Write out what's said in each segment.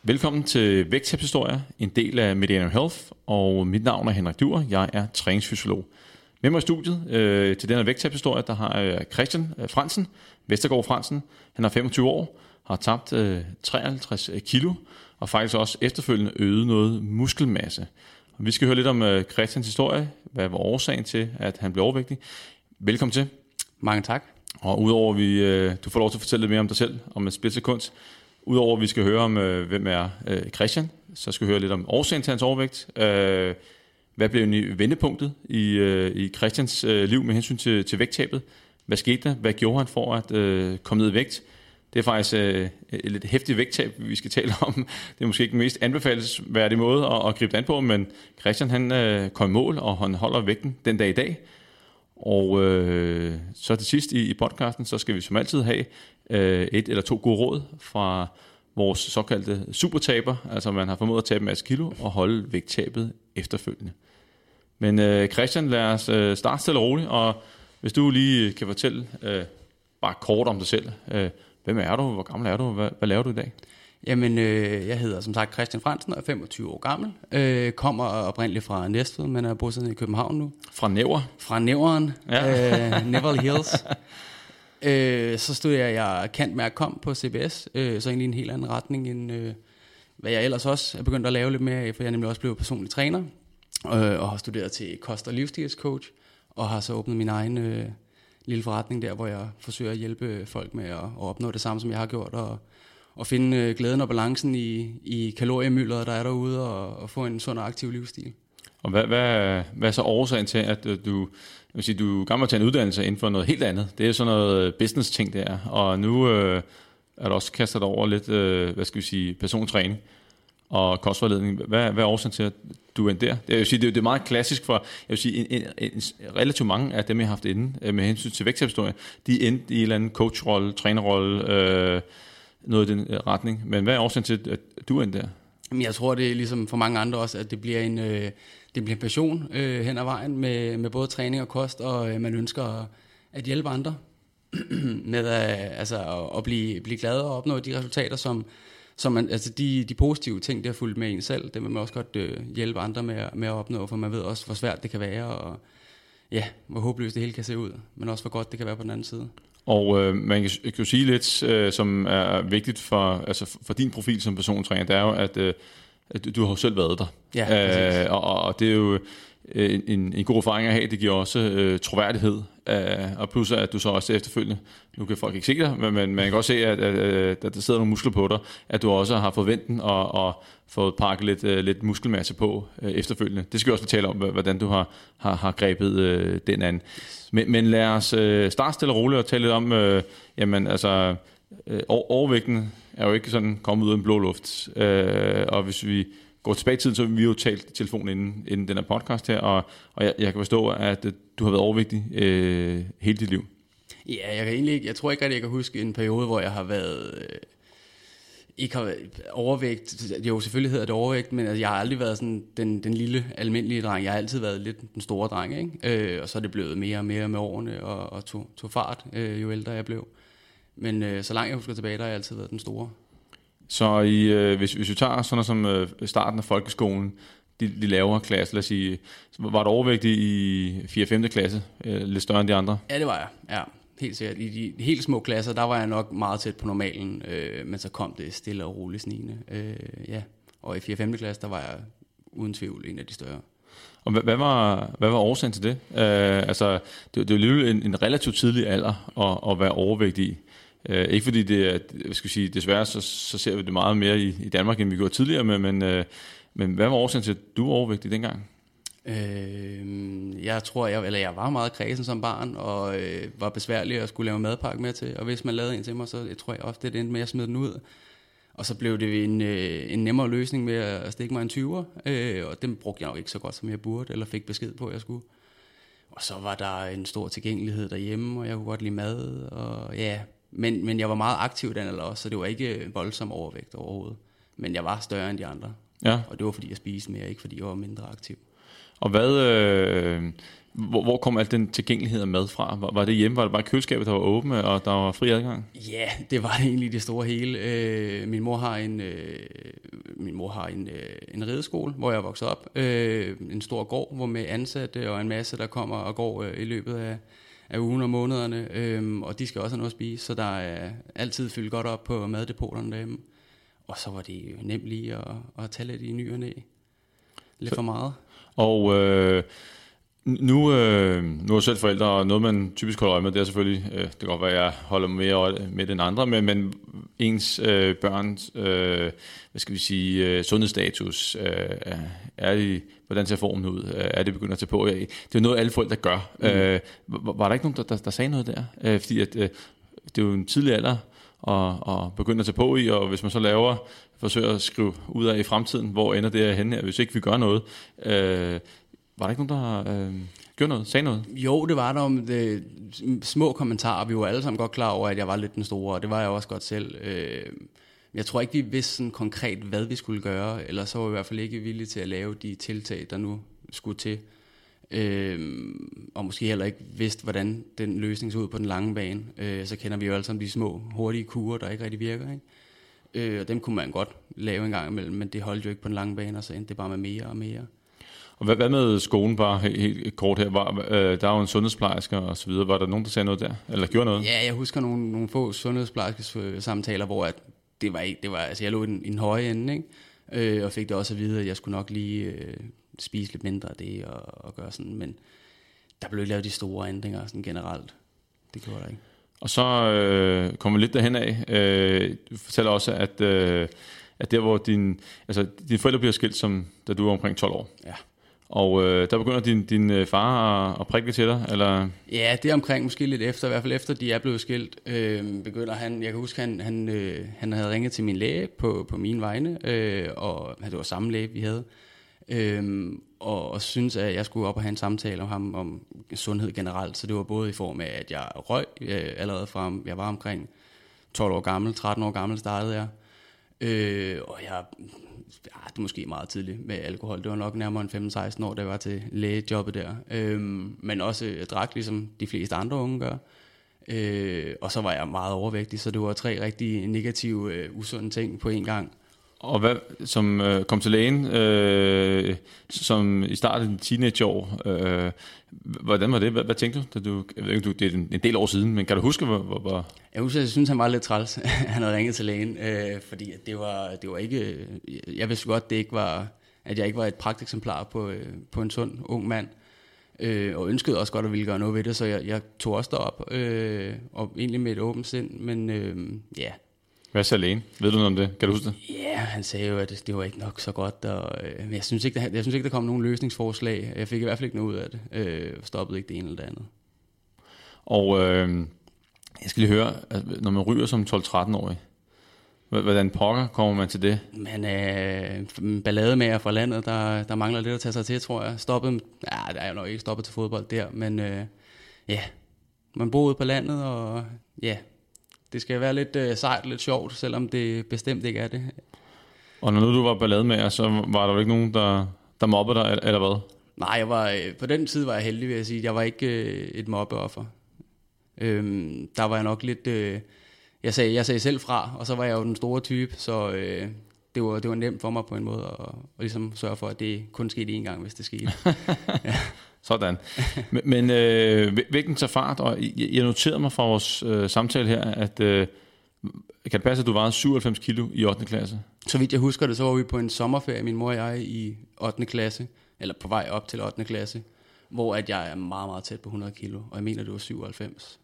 Velkommen til Vægttabshistorie, en del af Mediano Health, og mit navn er Henrik Duer. Jeg er træningsfysiolog. Med mig i studiet til denne vægttabshistorie, der har jeg Christian Frandsen, Vestergaard Frandsen. Han er 25 år, har tabt 53 kilo, og faktisk også efterfølgende øget noget muskelmasse. Og vi skal høre lidt om Christians historie, hvad var årsagen til, at han blev overvægtig. Velkommen til. Mange tak. Og udover du får lov til at fortælle lidt mere om dig selv, om et splitsekund. Udover at vi skal høre om, hvem er Christian, så skal vi høre lidt om årsagen til hans overvægt. Hvad blev vendepunktet i Christians liv med hensyn til vægttabet? Hvad skete der? Hvad gjorde han for at komme ned i vægt? Det er faktisk et lidt hæftigt vægttab, vi skal tale om. Det er måske ikke den mest anbefalesværdige måde at gribe det an på, men Christian han kom i mål, og han holder vægten den dag i dag. Og så til sidst i podcasten, så skal vi som altid have et eller to gode råd fra vores såkaldte supertaber, altså man har formået at tabe en masse kilo og holde vægttabet efterfølgende. Men Christian, lad os starte stille og roligt, og hvis du lige kan fortælle bare kort om dig selv. Hvem er du? Hvor gammel er du? Hvad laver du i dag? Jamen, jeg hedder som sagt Christian Frandsen og er 25 år gammel. Kommer oprindeligt fra Næstved, men er bosiddende i København nu. Fra Næver? Fra Næveren, ja. Neverly Hills. Så studerer jeg Cand. Merc. Com. på CBS, så egentlig en helt anden retning end hvad jeg ellers også er begyndt at lave lidt mere, for jeg er nemlig også blevet personlig træner, og har studeret til kost- og livsstilscoach, og har så åbnet min egen lille forretning der, hvor jeg forsøger at hjælpe folk med at opnå det samme, som jeg har gjort, og finde glæden og balancen i kaloriemylderet, der er derude, og få en sund og aktiv livsstil. Og hvad er så årsagen til, at du er gammel at tage en uddannelse inden for noget helt andet? Det er sådan noget business-ting der, og nu er du også kastet over lidt, personlig træning og kostvejledning. Hvad er årsagen til, at du endte der? Det er meget klassisk for, relativt mange af dem, jeg har haft inde med hensyn til vægttabshistorie, de endte i en eller anden coachrolle, trænerrolle, noget i den retning. Men hvad er årsagen til, at du endte der? Jeg tror, det er ligesom for mange andre også, at det bliver en passion hen ad vejen med både træning og kost, og man ønsker at hjælpe andre med at blive glad og opnå de resultater, som man, altså de positive ting, der er fulgt med en selv, det vil man også godt hjælpe andre med at opnå, for man ved også, hvor svært det kan være, og ja, hvor håbløst det hele kan se ud, men også hvor godt det kan være på den anden side. Og man kan jo sige lidt, som er vigtigt for din profil som persontræner, det er jo, at du har selv været der. Ja, og det er jo en god erfaring at have. Det giver også troværdighed, og plus at du så også efterfølgende, nu kan folk ikke se dig, men man kan også se, at der sidder nogle muskler på dig, at du også har fået vendt den og fået pakket lidt muskelmasse på efterfølgende. Det skal vi også fortælle om, hvordan du har grebet den anden. Men lad os starte stille og roligt og tale lidt om, overvægten er jo ikke sådan kommet ud af en blå luft, og hvis vi går tilbage i tiden, så har vi jo talt i telefonen inden den her podcast her, og jeg kan forstå, at du har været overvægtig hele dit liv. Ja, jeg tror ikke, at jeg kan huske en periode, hvor jeg har været ikke har været overvægt. Jo, selvfølgelig hedder det overvægt, men jeg har aldrig været sådan den lille almindelige dreng. Jeg har altid været lidt den store dreng, ikke? Og så er det blevet mere og mere med årene og tog fart, jo ældre jeg blev. Men så langt jeg husker tilbage, der har jeg altid været den store. Så hvis vi tager sådan noget som starten af folkeskolen, de lavere klasse, lad os sige, var du overvægtig i 4. og 5. klasse, lidt større end de andre? Ja, det var jeg, ja. Helt sikkert. I de helt små klasser, der var jeg nok meget tæt på normalen, men så kom det stille og roligt snigende. Ja. Og i 4. og 5. klasse, der var jeg uden tvivl en af de større. Og hvad var årsagen til det? Det er jo en relativt tidlig alder at være overvægtig i. Ikke fordi det er, desværre så ser vi det meget mere i Danmark, end vi gjorde tidligere, men hvad var årsagen til, at du var overvægtig dengang? Jeg tror, jeg var meget kræsen som barn, og var besværlig at skulle lave madpakke med til, og hvis man lavede en til mig, så tror jeg ofte, det endte med at smide den ud. Og så blev det en nemmere løsning med at stikke mig en 20'er, og den brugte jeg nok ikke så godt, som jeg burde, eller fik besked på, at jeg skulle. Og så var der en stor tilgængelighed derhjemme, og jeg kunne godt lide mad, og ja, men jeg var meget aktiv den eller også, så det var ikke voldsom overvægt overhovedet. Men jeg var større end de andre, ja. Og det var fordi jeg spiste mere, ikke fordi jeg var mindre aktiv. Og hvor kom al den tilgængelighed af mad fra? Var det hjemme? Var det bare køleskabet, der var åbent, og der var fri adgang? Ja, det var det egentlig det store hele. Min mor har min mor har en rideskole, hvor jeg er vokset op. En stor gård, hvor med ansatte og en masse, der kommer og går i løbet af ugen og månederne. Og de skal også have noget at spise, så der er altid fyldt godt op på maddepoterne derhjemme. Og så var det nemt lige at tage lidt i ny og næ. Lidt for meget. Og nu er jeg selv forældre, og noget man typisk holder øje med, det er selvfølgelig, det kan godt være, at jeg holder mere øje med den andre, men ens børns, hvad skal vi sige, sundhedsstatus, hvordan ser formen ud, er det begyndt at tage på? Det er jo noget, alle forældre gør. Var der ikke nogen, der sagde noget der? Fordi at, det er jo en tidlig alder, og begynde at tage på i, og hvis man så forsøger at skrive ud af i fremtiden, hvor ender det henne her, hvis ikke vi gør noget. Var der ikke nogen, der gjorde noget, sagde noget? Jo, det var der om små kommentarer. Vi var alle sammen godt klar over, at jeg var lidt den store, og det var jeg også godt selv. Jeg tror ikke, vi vidste sådan konkret, hvad vi skulle gøre, eller så var vi i hvert fald ikke villige til at lave de tiltag, der nu skulle til. Og måske heller ikke vidste, hvordan den løsning så ud på den lange bane. Så kender vi jo alle sammen de små, hurtige kurer, der ikke rigtig virker, ikke? Og dem kunne man godt lave en gang imellem, men det holdt jo ikke på den lange bane, og så endte det bare med mere og mere. Og hvad med skolen bare helt kort her? Der er jo en sundhedsplejerske og så videre. Var der nogen, der sagde noget der? Eller gjorde noget? Ja, jeg husker nogle få sundhedsplejerske samtaler, hvor at det var altså jeg lå i den høje ende, ikke? Og fik det også at vide, at jeg skulle nok lige spise lidt mindre af det og gøre sådan. Men der blev ikke lavet de store ændringer sådan generelt. Det gjorde der ikke. Og så kommer vi lidt derhen af. Du fortæller også, at der hvor dine forældre bliver skilt, da du var omkring 12 år. Ja. Og der begynder din far at prikke til dig, eller? Ja, det er omkring, måske lidt efter, i hvert fald efter de er blevet skilt, begynder han, jeg kan huske, han havde ringet til min læge på mine vegne, og det var samme læge, vi havde, og synes at jeg skulle op og have en samtale om ham, om sundhed generelt, så det var både i form af, at jeg røg, allerede fra, jeg var omkring 12 år gammel, 13 år gammel startede jeg, og jeg, det er måske meget tidligt med alkohol. Det var nok nærmere en 15-16 år, da jeg var til lægejobbet der. Men også drak, ligesom de fleste andre unge gør. Og så var jeg meget overvægtig, så det var 3 rigtig negative, usunde ting på en gang. Og hvad, som kom til lægen, som i starten af din teenageår, hvordan var det? Hvad tænkte du? Jeg ved ikke, det er en del år siden, men kan du huske, hvor... Jeg synes, han var lidt træls, han havde ringet til lægen, fordi det var ikke... Jeg vidste godt, at jeg ikke var et pragteksemplar på en sund, ung mand, og ønskede også godt at ville gøre noget ved det, så jeg tog også derop, og egentlig med et åbent sind, men ja... Hvad sagde lægen? Ved du noget om det? Kan du huske det? Ja, han sagde jo, at det var ikke nok så godt, men jeg synes ikke, der kom nogen løsningsforslag. Jeg fik i hvert fald ikke noget ud af det. Stoppede ikke det ene eller det andet. Og jeg skal lige høre, når man ryger som 12-13-årig, hvordan pokker kommer man til det? Man er ballademager fra landet, der mangler lidt at tage sig til, tror jeg. Der er jo nok ikke stoppet til fodbold der, men man bor ude på landet, og det skal være lidt sejt, lidt sjovt, selvom det bestemt ikke er det. Og når nu du var ballademager, så var der jo ikke nogen, der mobbede dig, eller hvad? Nej, på den tid var jeg heldig, vil jeg sige. Jeg var ikke et mobbeoffer. Der var jeg nok lidt... Jeg sagde selv fra, og så var jeg jo den store type, så det var nemt for mig på en måde at ligesom sørge for, at det kun skete én gang, hvis det skete. Ja. Sådan. Men hvilken tager fart, og jeg noterede mig fra vores samtale her, at kan det passe, at du vejede 97 kilo i 8. klasse? Så vidt jeg husker det, så var vi på en sommerferie, min mor og jeg, i 8. klasse, eller på vej op til 8. klasse, hvor at jeg er meget, meget tæt på 100 kilo, og jeg mener, det var 97.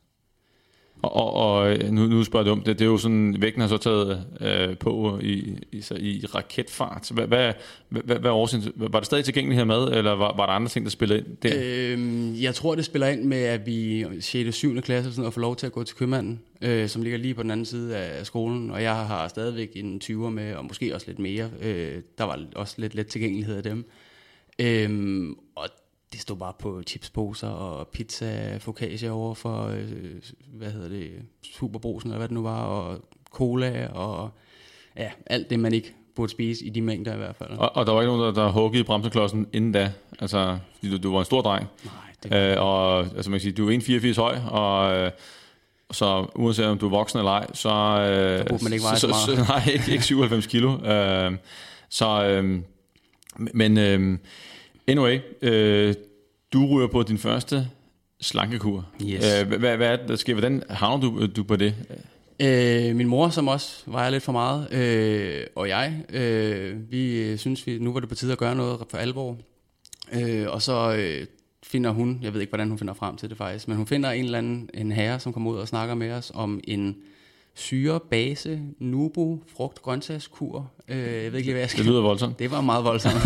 Og nu spørger jeg om det. Det er jo sådan, vægten har så taget på i raketfart. Hvad årsagen? Var det stadig tilgængeligt her med, eller var der andre ting, der spillede ind der? Jeg tror, det spiller ind med, at vi i 6. og 7. klasse sådan, og får lov til at gå til købmanden, som ligger lige på den anden side af skolen. Og jeg har stadigvæk en 20'er med, og måske også lidt mere. Der var også lidt let tilgængelighed af dem. Og det stod bare på chipsposer og pizza focaccia over for, Superbrugsen, eller hvad det nu var, og cola, og ja, alt det, man ikke burde spise i de mængder i hvert fald. Og der var ikke nogen, der huggede i bremseklodsen inden da? Altså, du var en stor dreng. Nej, og altså, man kan sige, du er 1,84 høj, og så uanset om du er voksen eller ej, så burde man ikke veje så meget. Nej, ikke 97 kilo. Så, men anyway, du ryger på din første slankekur. Yes. Hvad er det, der sker? Hvordan havner du på det? Min mor, som også vejer lidt for meget, og jeg, vi synes, nu var det på tide at gøre noget for alvor. Og så finder hun, jeg ved ikke, hvordan hun finder frem til det faktisk, men hun finder en herre, som kommer ud og snakker med os om en syrebase, nubo, frugt, grøntsagskur. Jeg ved ikke lige, hvad jeg skal. Det lyder voldsomt. Det var meget voldsomt.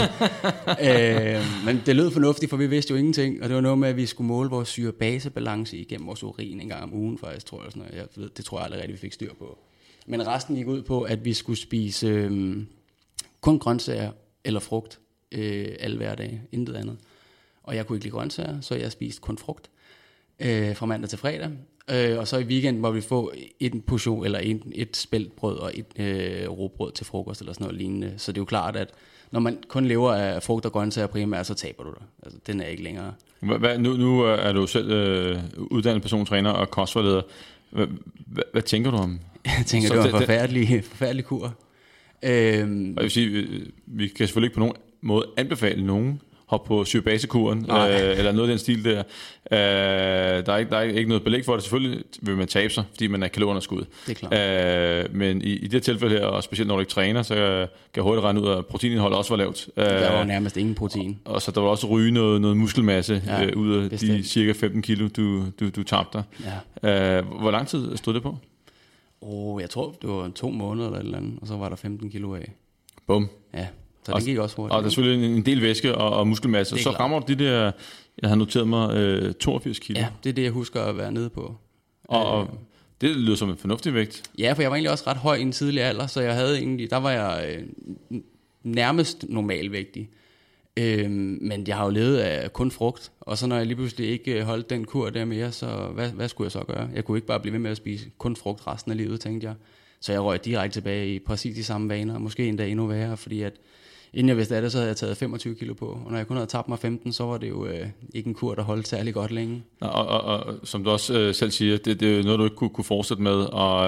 Men det lød fornuftigt, for vi vidste jo ingenting. Og det var noget med, at vi skulle måle vores syrebasebalance igennem vores urin en gang om ugen, faktisk, tror jeg. Sådan noget. Det tror jeg aldrig rigtig, vi fik styr på. Men resten gik ud på, at vi skulle spise kun grøntsager eller frugt alle hverdage, intet andet. Og jeg kunne ikke lide grøntsager, så jeg spiste kun frugt fra mandag til fredag. Og så i weekenden, hvor vi får en portion eller et spæltbrød og et råbrød til frokost eller sådan noget lignende. Så det er jo klart, at når man kun lever af frugt og grøntsager primært, så taber du det. Altså, den er ikke længere. Nu er du selv uddannet personstræner og kostforleder. Hvad tænker du om? Jeg tænker, det var en forfærdelig kur. Jeg vil sige, vi kan selvfølgelig ikke på nogen måde anbefale nogen hop på syrebasekuren, eller noget af den stil der. Der er ikke noget belæg for det. Selvfølgelig vil man tabe sig, fordi man er kalorieunderskud. Det er klart. Men i det tilfælde her, og specielt når du ikke træner, så kan jeg hurtigt regne ud, at proteinindholdet også var lavt. Der var nærmest ingen protein. Og så der var også ryge noget muskelmasse ud af de cirka 15 kilo, du tabte. Ja. Hvor lang tid stod det på? Jeg tror, det var 2 måneder eller et eller andet, og så var der 15 kilo af. Bum. Ja. Så det gik også hurtigt. Og der er selvfølgelig en del væske og muskelmasse. Og så rammer du de der, jeg har noteret mig, 82 kilo. Ja, det er det, jeg husker at være nede på. Og det lyder som en fornuftig vægt. Ja, for jeg var egentlig også ret høj i en tidlig alder, så jeg havde egentlig, der var jeg nærmest normalvægtig. Men jeg har jo levet af kun frugt, og så når jeg lige pludselig ikke holdt den kur der mere, så hvad skulle jeg så gøre? Jeg kunne ikke bare blive ved med at spise kun frugt resten af livet, tænkte jeg. Så jeg røg direkte tilbage i præcis de samme vaner, og måske endda endnu værre, fordi at inden jeg vidste af det, så havde jeg taget 25 kilo på, og når jeg kun havde tabt mig 15, så var det jo ikke en kur, der holdt særlig godt længe. Og som du også selv siger, det er jo noget, du ikke kunne fortsætte med,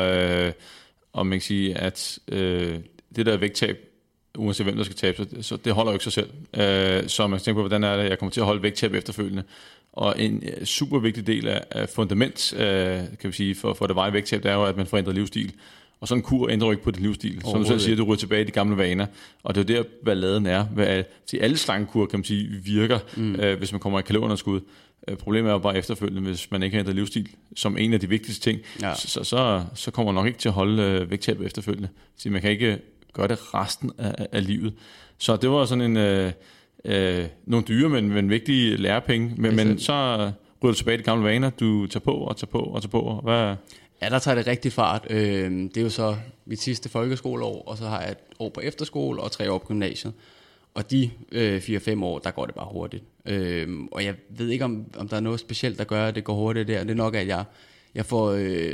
og man kan sige, at det der vægttab, uanset hvem der skal tabe sig, så det holder jo ikke sig selv. Så man kan tænke på, hvordan er det, jeg kommer til at holde vægttab efterfølgende. Og en super vigtig del af fundament, kan vi sige, for det varige vægttab, det er jo, at man får ændret livsstil. Og sådan en kur ændrer jo ikke på din livsstil. Som du selv siger, du ryger tilbage i de gamle vaner. Og det er jo der, balladen er. Alle slankekur, kan man sige, virker, hvis man kommer i kalorieunderskud. Problemet er jo bare efterfølgende, hvis man ikke har ændret livsstil, som en af de vigtigste ting, så kommer man nok ikke til at holde vægttab efterfølgende. Så man kan ikke gøre det resten af livet. Så det var sådan nogle dyre, men vigtige lærepenge. Men så ryger du tilbage i de gamle vaner. Du tager på og tager på og tager på. Hvad? Ja, der tager det rigtig fart. Det er jo så mit sidste folkeskoleår, og så har jeg et år på efterskole og 3 år på gymnasiet. Og de 4-5 år, der går det bare hurtigt. Og jeg ved ikke, om der er noget specielt, der gør, at det går hurtigt der. Det er nok, at jeg får,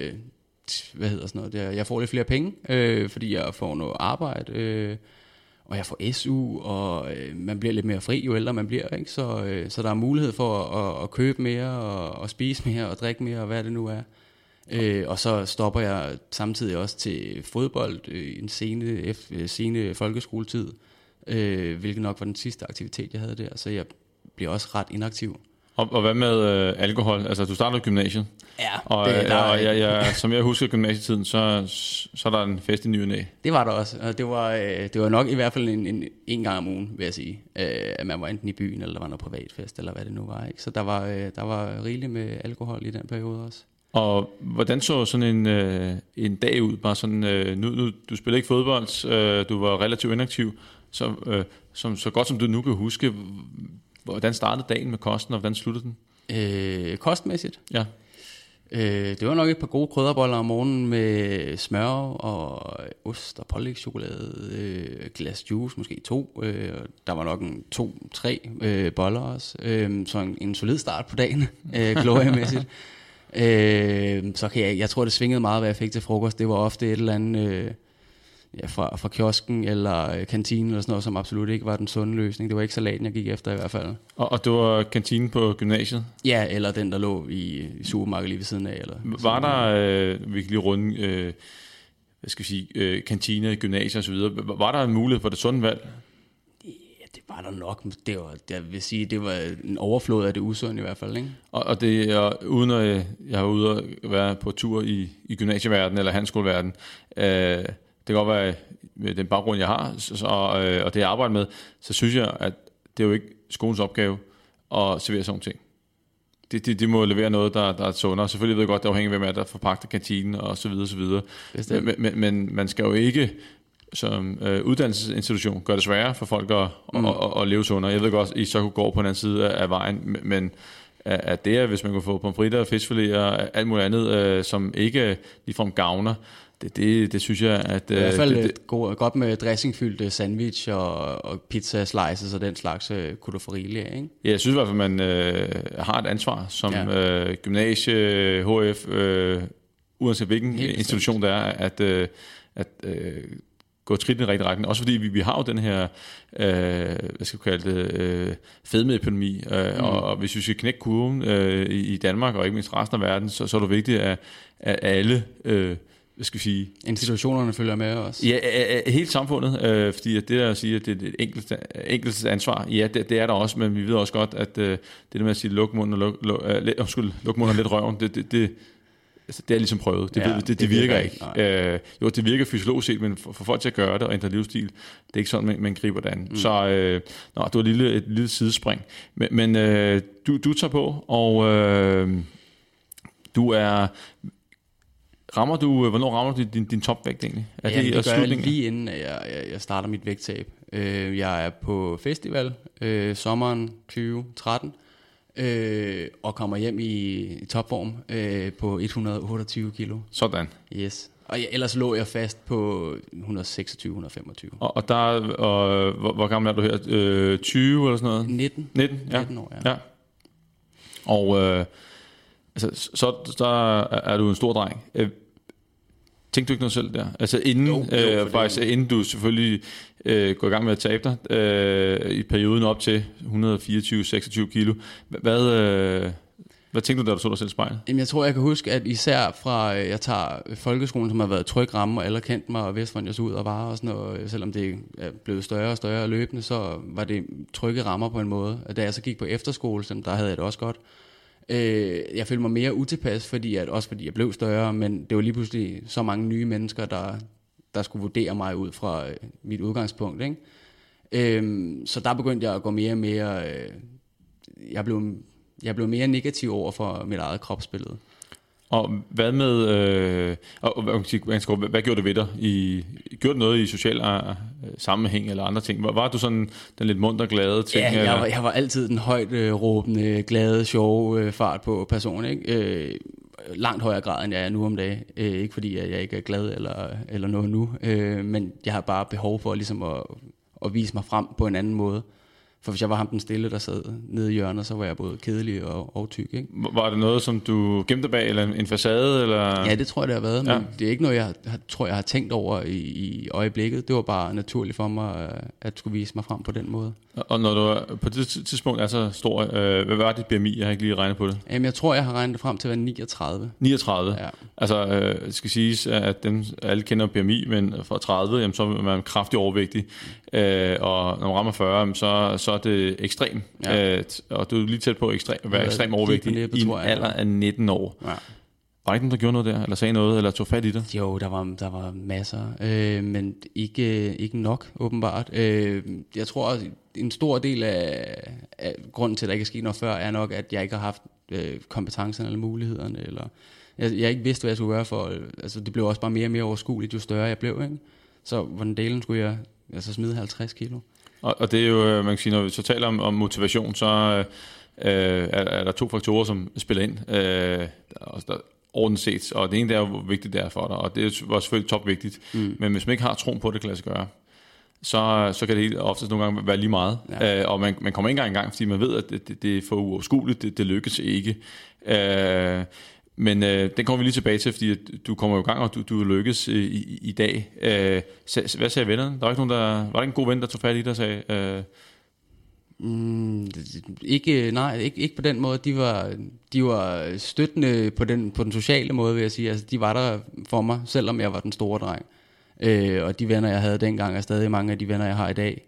jeg får lidt flere penge, fordi jeg får noget arbejde, og jeg får SU, og man bliver lidt mere fri, jo ældre man bliver, ikke? Så der er mulighed for at købe mere, og spise mere, og drikke mere, og hvad det nu er. Og så stopper jeg samtidig også til fodbold i en sene folkeskoletid, hvilket nok var den sidste aktivitet, jeg havde der. Så jeg bliver også ret inaktiv. Og hvad med alkohol? Altså, du startede i gymnasiet. Ja. Og som jeg husker gymnasietiden, så er der en fest i ny og næ. Det var der også. Og det var nok i hvert fald en gang om ugen, vil jeg sige. At man var enten i byen, eller der var noget privatfest, eller hvad det nu var. Ikke? Så der var rigeligt med alkohol i den periode også. Og hvordan så sådan en dag ud? Bare sådan, nu du spillede ikke fodbold, du var relativt inaktiv, så godt som du nu kan huske, hvordan startede dagen med kosten, og hvordan sluttede den? Kostmæssigt? Ja. Det var nok et par gode krydderboller om morgenen med smør og ost og pålægschokolade, glas juice, måske 2. Der var nok 2-3 boller også. Så en solid start på dagen, gloriamæssigt. Så jeg tror, det svingede meget, hvad jeg fik til frokost. Det var ofte et eller andet fra kiosken eller kantinen eller sådan noget, som absolut ikke var den sunde løsning. Det var ikke salaten, jeg gik efter i hvert fald. Og det var kantinen på gymnasiet? Ja, eller den, der lå i supermarkedet lige ved siden af. Eller var der, vi kan lige runde, kantiner i gymnasier og så videre. Var der en mulighed for det sunde valg? Det var der nok. Jeg vil sige, det var en overflod af det usunde i hvert fald, ikke? Og det er uden at jeg har ude at være på tur i gymnasieverdenen eller handelsskoleverden. Det kan godt være med den baggrund jeg har og det jeg arbejder med, så synes jeg at det er jo ikke skolens opgave at servere sådan ting. De må levere noget der er sundere. Selvfølgelig ved jeg godt, det afhænger af hvem der forpagter kantinen og så videre så videre. Men man skal jo ikke som uddannelsesinstitution gøre det sværere for folk at leve sundere. Jeg ved godt, I så kunne gå over på den anden side af vejen, men at det er, hvis man kunne få pomfritter, fiskfiléer og alt muligt andet, som ikke ligefrem gavner, det synes jeg, at... I hvert fald godt med dressingfyldte sandwich og pizza slices og den slags, kunne du få rigeligt af, ikke? Ja, jeg synes i hvert fald, man har et ansvar som gymnasie, HF, uanset hvilken institution det er, at gå et skridt i den rigtige retning. Også fordi vi har jo den her, hvad skal vi kalde det, fedmeepidemi, og hvis vi skal knække kurven i Danmark, og ikke mindst resten af verden, så er det vigtigt, at alle, hvad skal vi sige... institutionerne følger med os. Ja, hele samfundet, fordi at det der at sige, at det er et enkelt ansvar, ja, det er der også, men vi ved også godt, at det der med at sige, luk munden og luk munden og lidt røven, altså, det er ligesom prøvet. Det virker ikke. Jo, det virker fysiologisk set, men for folk til at gøre det og ændre livsstil, det er ikke sådan, man griber det an. Så det var et lille sidespring. Men du tager på, og hvornår rammer du din topvægt egentlig? Det gør jeg lige inden jeg starter mit vægttab. Jeg er på festival sommeren 2013, og kommer hjem i topform på 128 kilo. Sådan. Yes. Og ellers lå jeg fast på 126-125. Og hvor gammel er du her? 20 eller sådan noget? 19. 19 år, ja. Og altså, så er du en stor dreng. Tænkte du ikke noget selv der? Altså inden, inden du selvfølgelig går i gang med at tabe dig i perioden op til 124-26 kilo. Hvad tænkte du, da du så dig selv i spejlet? Jamen, jeg tror, jeg kan huske, at især fra jeg tager folkeskolen, som har været tryg ramme, og alle kendte mig, og vidste, hvordan jeg så ud og var og sådan noget. Selvom det er blevet større og større løbende, så var det trygge rammer på en måde. Og da jeg så gik på efterskole, der havde jeg det også godt. Jeg følte mig mere utilpas, fordi jeg blev større, men det var lige pludselig så mange nye mennesker, der skulle vurdere mig ud fra mit udgangspunkt, ikke? Så der begyndte jeg at gå mere og mere... Jeg blev mere negativ over for mit eget kropsbillede. Og hvad med... hvad gjorde det ved dig? Gjorde det noget i social sammenhæng eller andre ting? Var du sådan den lidt munter glade ting? Ja, jeg var altid den højt råbende, glade, sjove fart på person, ikke? Langt højere grad, end jeg er nu om dagen. Ikke fordi jeg ikke er glad eller noget nu, men jeg har bare behov for ligesom at vise mig frem på en anden måde. For hvis jeg var ham den stille, der sad nede i hjørnet, så var jeg både kedelig og tyk, ikke? Var det noget, som du gemte bag, eller en facade? Eller? Ja, det tror jeg, det har været, men det er ikke noget, jeg har tænkt over i øjeblikket. Det var bare naturligt for mig, at skulle vise mig frem på den måde. Og når du på det tidspunkt er så stor, hvad var dit BMI? Jeg har ikke lige regnet på det. Jamen, jeg tror, jeg har regnet det frem til at være 39. 39? Ja. Altså, det skal siges, at dem alle kender BMI, men fra 30, jamen, så er man kraftigt overvægtig. Og når man rammer 40, så er det ekstrem. Ja. Og du er lige tæt på at være ekstrem overvægtig i en alder af 19 år. Ja. Var der ikke nogen, der gjorde noget der, eller sagde noget, eller tog fat i det? Jo, der var masser, men ikke nok, åbenbart. Jeg tror også, en stor del af grunden til, at der ikke er sket noget før, er nok, at jeg ikke har haft kompetencerne eller mulighederne, eller jeg ikke vidste, hvad jeg skulle gøre for. Altså, det blev også bare mere og mere overskueligt, jo større jeg blev, ikke? Så hvordan delen skulle jeg smide 50 kilo? Og det er jo, man kan sige, når vi så taler om motivation, så er der to faktorer, som spiller ind. Der ordentligt set, og det ene der er, hvor vigtigt det er for dig, og det var selvfølgelig topvigtigt, men hvis man ikke har troen på, at det kan lade sig gøre, så kan det helt oftest nogle gange være lige meget, og man kommer ikke engang, fordi man ved, at det er for uoverskueligt, det lykkes ikke. Men den kommer vi lige tilbage til, fordi du kommer jo i gang, og du lykkes i dag. Hvad sagde vennerne? Var der ikke en god ven, der tog fat i dig og sagde... Ikke på den måde. De var støttende på den sociale måde, vil jeg sige. Altså, de var der for mig, selvom jeg var den store dreng. Og de venner, jeg havde dengang, er stadig mange af de venner, jeg har i dag.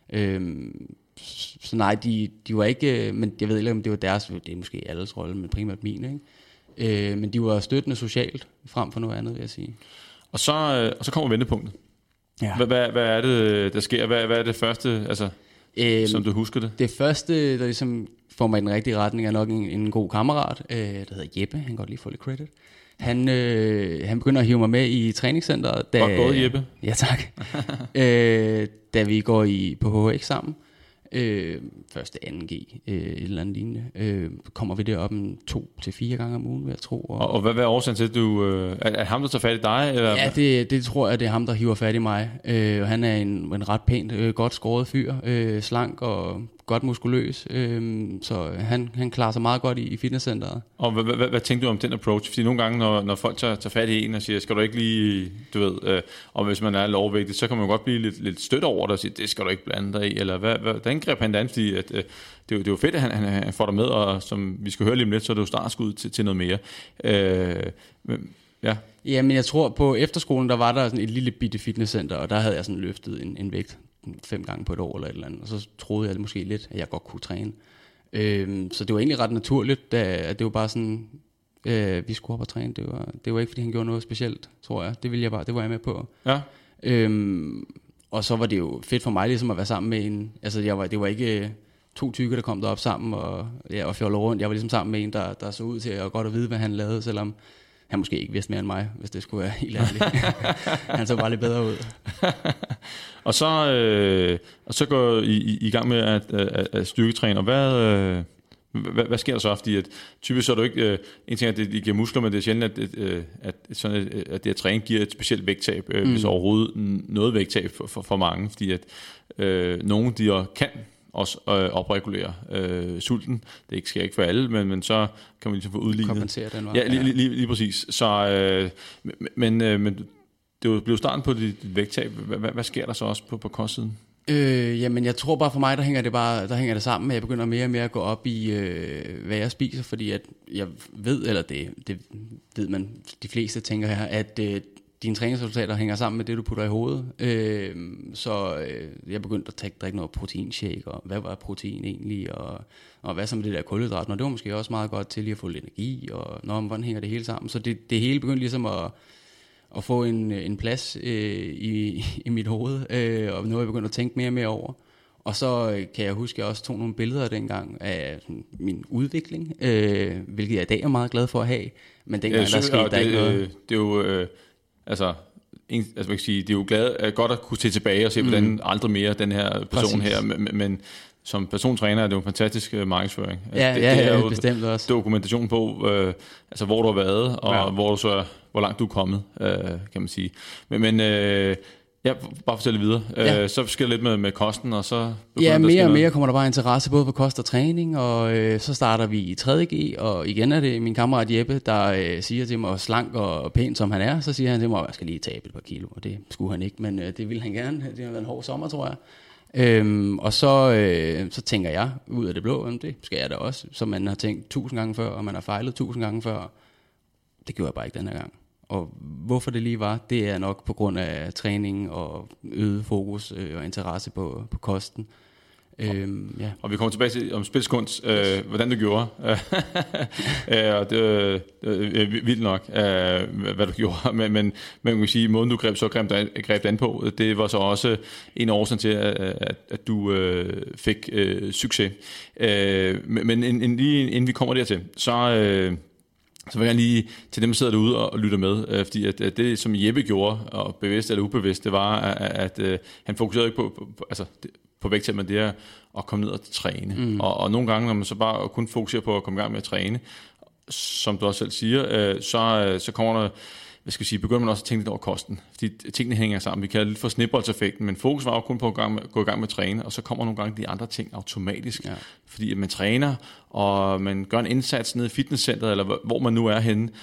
Så nej, de var ikke, men jeg ved ikke, om det var deres, det er måske alles rolle, men primært min, ikke? Men de var støttende socialt, frem for noget andet, vil jeg sige. Og så kommer vendepunktet. Ja. Hvad er det, der sker? Hvad er det første, altså, som du husker det? Det første, der ligesom får mig i den rigtige retning, er nok en god kammerat, der hedder Jeppe. Han kan godt lige få lidt credit. Han begynder at hive mig med i træningscenteret. Godt gået, Jeppe. Ja, tak. Da vi går på HHX sammen. Første 2G, et eller andet lignende. Kommer vi derop 2 til 4 gange om ugen, vil jeg tro. Og hvad er årsagen til, at du... Er ham, der tager fat i dig? Eller? Ja, det tror jeg, det er ham, der hiver fat i mig. Og han er en ret pænt, godt skåret fyr. Slank og godt muskuløs. Så han klarer sig meget godt i fitnesscenteret. Og hvad tænkte du om den approach? Fordi nogle gange, når folk tager fat i en og siger, skal du ikke lige... Du ved, og hvis man er lovvægtig, så kan man godt blive lidt stødt over det og sige, det skal du ikke blande dig i. Eller hvordan greb han det an? Fordi at, det er jo fedt, at han får dig med, og som vi skal høre lige om lidt, så er det jo startskud til noget mere. Ja. Jamen, jeg tror, på efterskolen, der var der sådan et lille bitte fitnesscenter, og der havde jeg sådan løftet en vægt 5 gange på et år eller et eller andet, og så troede jeg måske lidt, at jeg godt kunne træne. Så det var egentlig ret naturligt, at det var bare sådan, vi skulle op og træne. Det var ikke, fordi han gjorde noget specielt, tror jeg. Det var jeg med på. Ja. Og så var det jo fedt for mig ligesom at være sammen med en, altså det var ikke 2 tykke, der kom derop sammen og fjollede rundt. Jeg var ligesom sammen med en, der så ud til at godt at vide, hvad han lavede, selvom han måske ikke vidste mere end mig, hvis det skulle være helt ærligt. Han så bare lidt bedre ud. Og så går I gang med at styrketræne, og hvad sker der så? Fordi at typisk så er det jo ikke en ting, at det giver muskler, men det er sjældent, at det at træne giver et specielt vægttab, hvis overhovedet noget vægttab for mange, fordi at nogen de kan også opregulere sulten. Det sker ikke for alle, men så kan man ligesom få udlignet. Kompensere den vej. Ja, lige præcis. Så, men det blev starten på dit vægttab. Hvad sker der så også på kostsiden? Jamen jeg tror bare for mig, der hænger det sammen med, at jeg begynder mere og mere at gå op i, hvad jeg spiser, fordi at jeg ved, eller det ved man, de fleste tænker her, at dine træningsresultater hænger sammen med det, du putter i hovedet. Så jeg begyndte at drikke noget proteinshake, og hvad var protein egentlig, og hvad så med det der kulhydrat, og det var måske også meget godt til lige at få lidt energi, og hvordan hænger det hele sammen. Så det hele begyndte ligesom at få en plads i mit hoved, og noget jeg begyndte at tænke mere og mere over. Og så kan jeg huske, at jeg også tog nogle billeder dengang af min udvikling, hvilket jeg i dag er meget glad for at have, men dengang der skete der ikke noget. Det er jo... Altså man kan sige, det er jo godt at kunne se tilbage og se, hvordan aldrig mere den her person her, men som persontræner er det jo en fantastisk markedsføring. Det er jo bestemt også. Dokumentation på, altså hvor du har været, og hvor langt du er kommet, kan man sige. Men bare fortælle videre. Så sker det lidt med kosten, og så... Ja, mere og mere kommer der bare interesse både på kost og træning, og så starter vi i 3.G, og igen er det min kammerat Jeppe, der siger til mig, slank og pænt som han er, så siger han til mig, at jeg skal lige tabe et par kilo, og det skulle han ikke, men det ville han gerne. Det har været en hård sommer, tror jeg. Og så tænker jeg ud af det blå, det skal jeg da også, som man har tænkt 1000 gange før, og man har fejlet 1000 gange før. Det gjorde jeg bare ikke den her gang. Og hvorfor det lige var, det er nok på grund af træning og øget fokus og interesse på kosten. Ja. Og vi kommer tilbage til om spidskunst, hvordan du gjorde. Og det er vildt nok, hvad du gjorde. Men man kan sige, måden du greb an på, det var så også en årsag til, at du fik succes. Men inden vi kommer dertil, så vil jeg lige til dem, der sidder derude og lytter med, fordi at det, som Jeppe gjorde, og bevidst eller ubevidst, det var, at han fokuserede ikke på vægttab, men det er at komme ned og træne. Og nogle gange, når man så bare kun fokuserer på at komme i gang med at træne, som du også selv siger, så kommer der, begynder man også at tænke lidt over kosten. Fordi tingene hænger sammen. Vi kalder det lidt for snibboldseffekten, men fokus var jo kun på at gå i gang med at træne, og så kommer nogle gange de andre ting automatisk. Ja. Fordi at man træner, og man gør en indsats nede i fitnesscenteret, eller hvor man nu er henne,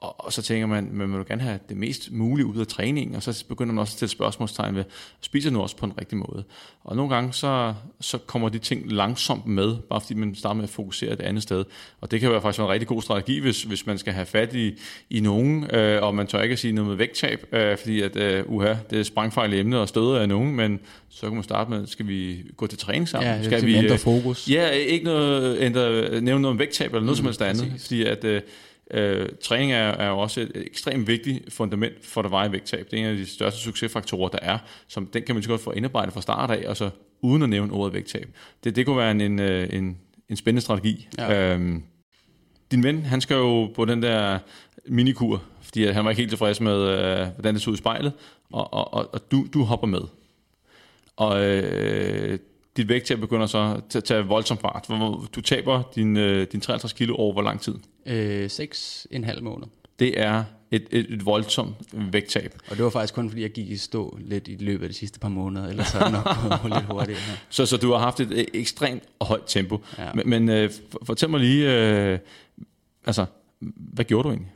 Og så tænker man vil jo gerne have det mest mulige ud af træningen, og så begynder man også at stille spørgsmålstegn ved, spiser nu også på en rigtig måde? Og nogle gange, så kommer de ting langsomt med, bare fordi man starter med at fokusere et andet sted. Og det kan faktisk være en rigtig god strategi, hvis man skal have fat i nogen, og man tør ikke at sige noget med vægttab, fordi at, det er sprængfejl i emnet og støder af nogen, men så kan man starte med, skal vi gå til træning sammen? Ja, skal vi ændre fokus? Ja, ikke nævne noget om vægttab eller noget som helst andet, fordi at træning er jo også et ekstremt vigtigt fundament for det varige vægttab. Det er en af de største succesfaktorer, der er, som den kan man så godt få indarbejdet fra start af, og så uden at nævne ordet vægttab. Det kunne være en spændende strategi. Ja. Din ven, han skal jo på den der minikur, fordi han var ikke helt tilfreds med, hvordan det så ud i spejlet, og du hopper med. Og dit vægttab begynder så at tage voldsom fart. Du taber din 53 kilo over hvor lang tid? 6,5 måneder. Det er et voldsomt vægttab. Og det var faktisk kun fordi, jeg gik i stå lidt i løbet af de sidste par måneder, ellers så er det nok gået lidt hurtigt. Ja. Så du har haft et ekstremt højt tempo. Ja. Men fortæl mig lige, hvad gjorde du egentlig?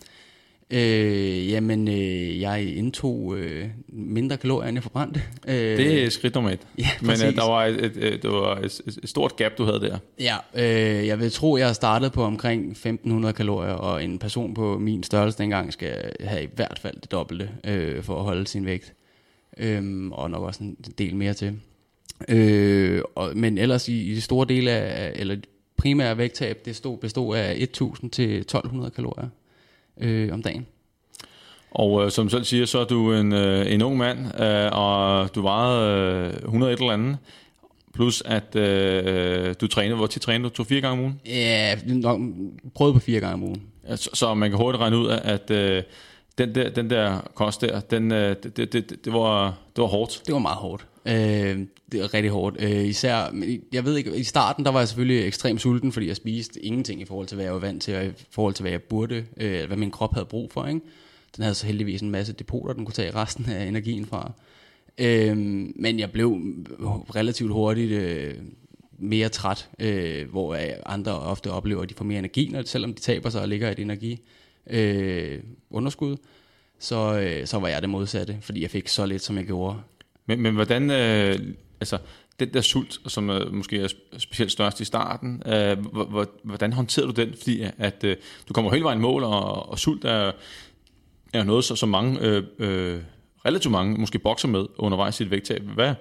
Jeg indtog mindre kalorier, end jeg forbrændte. Det er skridt nummer 1. Ja, men der var et stort gap, du havde der. Ja, jeg vil tro, jeg startede på omkring 1.500 kalorier, og en person på min størrelse dengang skal have i hvert fald det dobbelte for at holde sin vægt. Og nok også en del mere til. Men ellers i store dele af, eller primære vægttab, det bestod af 1.000 til 1.200 kalorier om dagen. Og som du selv siger, så er du en ung mand, og du vejede 101 eller andet, plus at du trænede, hvor tit trænede du? 2-4 gange om ugen? Ja, prøvede på 4 gange om ugen. Så man kan hurtigt regne ud af, at den der kost der, det var hårdt. Det var meget hårdt. Det var rigtig hårdt. Især, jeg ved ikke, i starten der var jeg selvfølgelig ekstremt sulten, fordi jeg spiste ingenting i forhold til, hvad jeg var vant til, og i forhold til, hvad jeg burde, hvad min krop havde brug for, ikke? Den havde så heldigvis en masse depoter, den kunne tage resten af energien fra. Men jeg blev relativt hurtigt mere træt, hvor andre ofte oplever, at de får mere energi, selvom de taber sig og ligger et energi underskud. Så var jeg det modsatte, fordi jeg fik så lidt, som jeg gjorde. Men hvordan, den der sult, som måske er specielt størst i starten, hvordan håndterer du den? Fordi at du kommer hele vejen mål, og sult er noget, som mange, relativt mange, måske bokser med undervejs i et vægttab.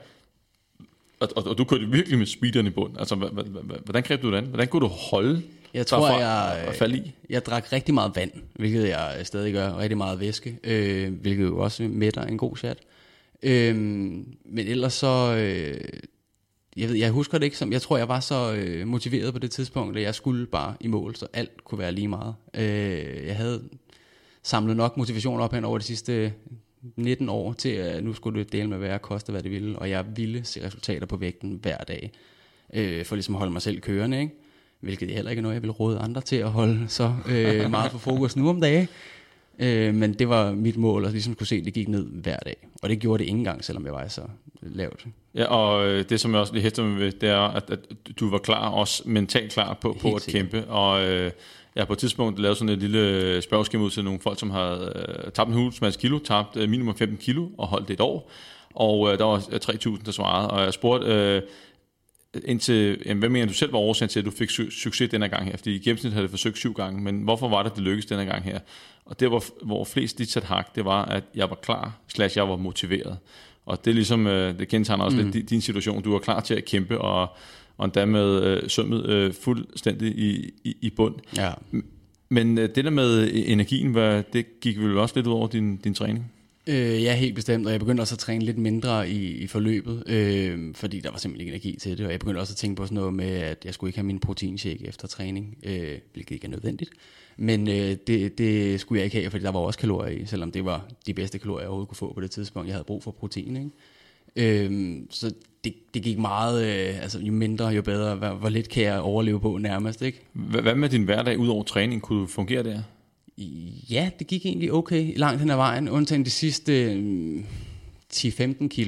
Og du kørte virkelig med speederen i bund. Altså, hvordan greb du den? Hvordan kunne du holde? Jeg tror, jeg drak rigtig meget vand, hvilket jeg stadig gør, rigtig meget væske, hvilket jo også mætter en god chat. Men ellers så, jeg husker det ikke som, jeg tror jeg var så motiveret på det tidspunkt, at jeg skulle bare i mål, så alt kunne være lige meget. Jeg havde samlet nok motivation op hen over de sidste 19 år til, at nu skulle det dele med, hvad jeg koste, hvad det ville, og jeg ville se resultater på vægten hver dag, for ligesom at holde mig selv kørende, ikke? Hvilket heller ikke er noget, jeg vil råde andre til at holde så meget for fokus nu om dagen. Men det var mit mål, at ligesom kunne se, at det gik ned hver dag. Og det gjorde det ikke engang, selvom jeg var så lavt. Ja, og det som jeg også lige hæfter mig ved, det er, at du var klar, også mentalt klar på at kæmpe. Og jeg har på et tidspunkt lavet sådan et lille spørgeskema ud til nogle folk, som havde tabt en hulsmasse kilo, tabt minimum 15 kilo og holdt det et år. Og der var 3.000, der svarede. Og jeg spurgte indtil, hvad mener du selv var årsagen til, at du fik succes denne gang her? Fordi i gennemsnit havde det forsøgt 7 gange, men hvorfor var det lykkedes denne gang her? Og det, hvor flest de satte hak, det var, at jeg var klar, / jeg var motiveret. Og det er ligesom, det kendetegner også lidt din situation. Du var klar til at kæmpe, og endda med sømmet fuldstændig i bund. Ja. Men det der med energien, det gik vel også lidt ud over din træning? Ja, helt bestemt, og jeg begyndte også at træne lidt mindre i forløbet, fordi der var simpelthen ikke energi til det, og jeg begyndte også at tænke på sådan noget med, at jeg skulle ikke have min proteinshake efter træning, hvilket ikke er nødvendigt, men det skulle jeg ikke have, fordi der var også kalorier i, selvom det var de bedste kalorier, jeg overhovedet kunne få på det tidspunkt, jeg havde brug for protein, ikke? Så det gik meget, altså jo mindre, jo bedre, hvor lidt kan jeg overleve på nærmest, ikke? Hvad med din hverdag ud over træning, kunne du fungere der? Ja, det gik egentlig okay langt hen ad vejen, undtagen de sidste 10-15 kilo.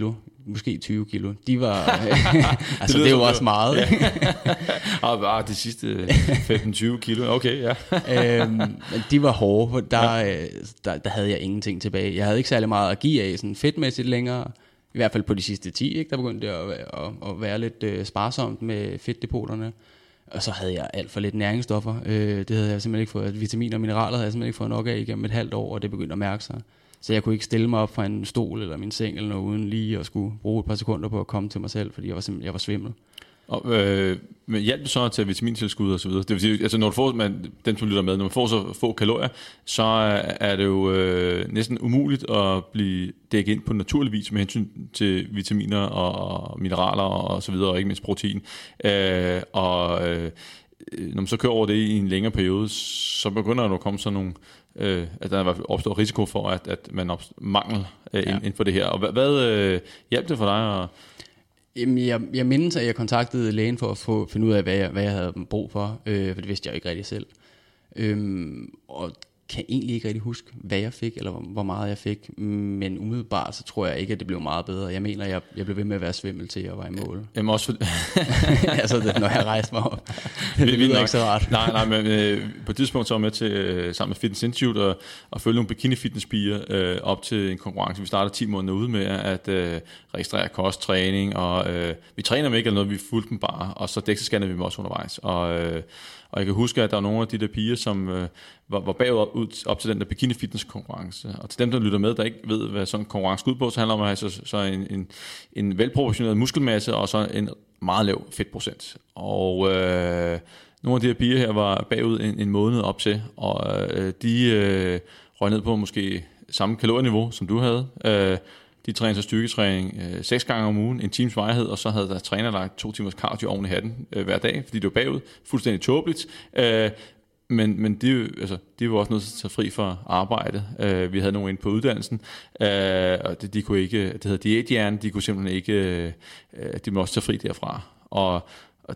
måske 20 kilo. De var, altså det er jo også meget. Ja. De sidste 15-20 kilo, okay, ja. Men de var hårde, for der havde jeg ingenting tilbage. Jeg havde ikke særlig meget at give af, sådan fedtmæssigt længere. I hvert fald på de sidste 10, ikke? Der begyndte det at være lidt sparsomt med fedtdepoterne. Og så havde jeg alt for lidt næringsstoffer. Det havde jeg simpelthen ikke fået. Vitaminer og mineraler havde jeg simpelthen ikke fået nok af igennem et halvt år, og det begyndte at mærke sig. Så jeg kunne ikke stille mig op fra en stol eller min seng eller noget, uden lige at skulle bruge et par sekunder på at komme til mig selv, fordi jeg var svimmel. Og men hjælp det så til vitamintilskud og så videre. Det vil sige, altså når du får, dem som lytter med, når man får så få kalorier, så er det jo næsten umuligt at blive dækket ind på naturlig vis med hensyn til vitaminer og mineraler og så videre, og ikke mindst protein. Når man så kører over det i en længere periode, så begynder der at komme sådan nogle, at der opstår risiko for, at man mangel inden for det her. Og hvad hjalp det for dig? Jamen, jeg mindes, at jeg kontaktede lægen for at finde ud af, hvad jeg havde brug for, for det vidste jeg jo ikke rigtig selv. Og kan egentlig ikke rigtig huske, hvad jeg fik, eller hvor meget jeg fik, men umiddelbart, så tror jeg ikke, at det blev meget bedre. Jeg mener, jeg blev ved med at være svimmel til, jeg var i mål. Jamen også altså, når jeg rejste mig op. Det lyder ikke så rart. Nej, men på et tidspunkt så var jeg med til, sammen med Fitness Institute, og følge nogle bikini-fitnesspiger op til en konkurrence. Vi startede 10 måneder ude med at registrere kost, træning, og vi træner dem ikke eller noget, vi fulgte dem bare, og så DEXA-scannede vi dem også undervejs. Og jeg kan huske, at der var nogle af de der piger, som var bagud op til den der bikini-fitness-konkurrence. Og til dem, der lytter med, der ikke ved, hvad sådan en konkurrence går ud på, så handler det om at have så en velproportioneret muskelmasse og så en meget lav fedtprocent. Og nogle af de her piger her var bagud en måned op til, og de røg ned på måske samme kalorieniveau, som du havde. De trænede så styrketræning 6 gange om ugen, en times varighed, og så havde der træner lagt 2 timers cardio oven i hatten hver dag, fordi det var bagud, fuldstændig tåbeligt. Men de var også nødt til at tage fri for arbejde. Vi havde nogen inde på uddannelsen, og de kunne ikke, det hedder diæthjerne, de kunne simpelthen ikke, de må også tage fri derfra. Og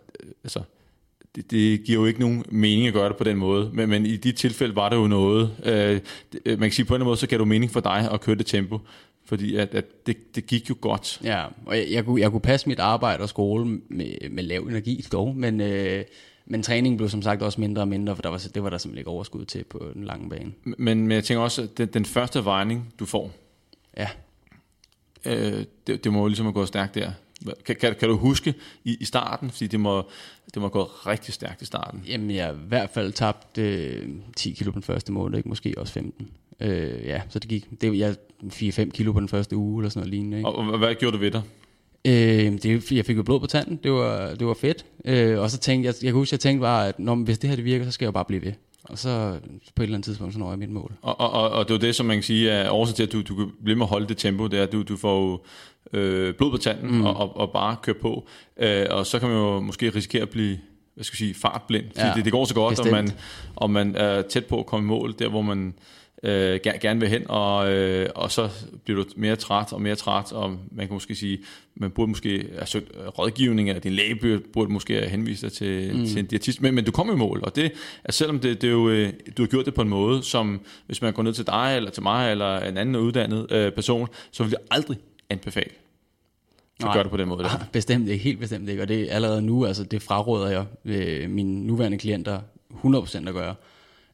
det giver jo ikke nogen mening at gøre det på den måde, men i de tilfælde var det jo noget, man kan sige på en måde, så gav det mening for dig at køre det tempo, fordi at det gik jo godt. Ja, og jeg kunne passe mit arbejde og skole med lav energi dog, men træningen blev som sagt også mindre og mindre, for det var der simpelthen ikke overskud til på den lange bane. Men jeg tænker også, at den første vejning, du får, ja. Det må jo ligesom have gået stærkt der. Kan du huske i starten, fordi det må have gået rigtig stærkt i starten? Jamen, jeg har i hvert fald tabt 10 kilo på den første måned, ikke? Måske også 15. Så det gik 4-5 kilo på den første uge, eller sådan noget lignende. Ikke? Og hvad gjorde du ved dig? Jeg fik jo blod på tanden, det var fedt. Og så tænkte jeg kan huske, jeg tænkte bare, at hvis det her det virker, så skal jeg jo bare blive ved. Og så på et eller andet tidspunkt, så når jeg mit mål. Og det er jo det, som man kan sige, er årsagen til, at du kan blive med at holde det tempo, det er, at du får jo blod på tanden og bare køre på. Og så kan man jo måske risikere at blive, fartblind. Fordi det går så godt, om man er tæt på at komme i mål, der hvor man gerne vil hen, og så bliver du mere træt, og man kan måske sige, man burde måske have søgt rådgivning, eller din læge burde måske henvise dig til en diætist, men du kommer i mål, og det er, selvom det er jo, du har gjort det på en måde, som hvis man går ned til dig, eller til mig, eller en anden uddannet person, så vil jeg aldrig anbefale at gøre det på den måde. Bestemt ikke, helt bestemt ikke, og det er allerede nu, altså det fraråder jeg mine nuværende klienter 100% at gøre.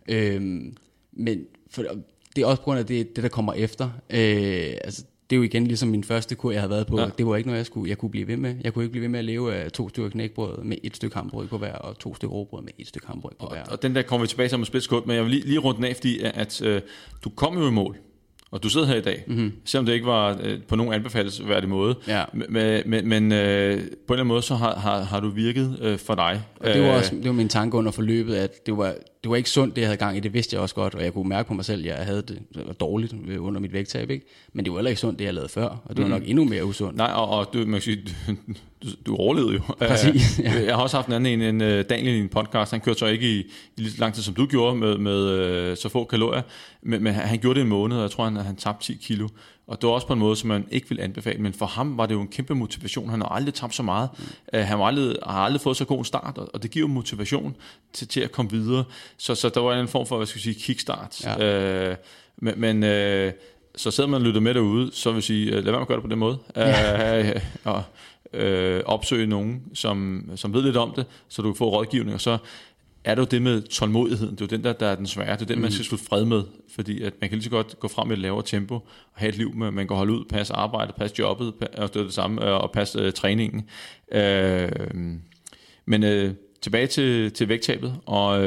Men for det er også på grund af det der kommer efter. Det er jo igen ligesom min første kur, jeg havde været på. Ja. Det var ikke noget, jeg kunne blive ved med. Jeg kunne ikke blive ved med at leve af 2 stykker knækbrød med 1 stykke hamburg på hver, og 2 stykker råbrød med 1 stykke hamburg på hver. Og den der kommer vi tilbage til om et splitsekund, men jeg vil lige runde den af, fordi at du kom jo i mål. Og du sidder her i dag, selvom det ikke var på nogen anbefalesværdig måde. Ja. Men på en eller anden måde, så har du virket for dig. Og det var min tanke under forløbet, at det var ikke sundt, det jeg havde gang i. Det vidste jeg også godt, og jeg kunne mærke på mig selv, at jeg havde det dårligt under mit vægttab. Ikke? Men det var heller ikke sundt, det jeg lavede før, og det var nok endnu mere usundt. Nej, og man kan sige, du overlevede jo. Præcis. Ja. Jeg har også haft en anden en Daniel i en podcast. Han kørte så ikke i lige så lang tid, som du gjorde, med så få kalorier. Men han gjorde det en måned, og jeg tror, han tabte 10 kilo. Og det var også på en måde, som man ikke ville anbefale. Men for ham var det jo en kæmpe motivation. Han har aldrig tabt så meget. Han har aldrig fået så god en start, og det giver motivation til at komme videre. Så der var en form for, kickstart. Ja. så sidder man og lytter med derude, så vil sige, lad være med at gøre det på den måde. Og opsøge nogen, som ved lidt om det, så du kan få rådgivning, og så er det jo det med tålmodigheden. Det er jo den, der er den svære. Det er den, man skal slutte fred med, fordi at man kan lige så godt gå frem med et lavere tempo, og have et liv, med man kan holde ud, passe arbejdet, passe jobbet, og det er det samme, og passe træningen. Men tilbage til vægttabet, og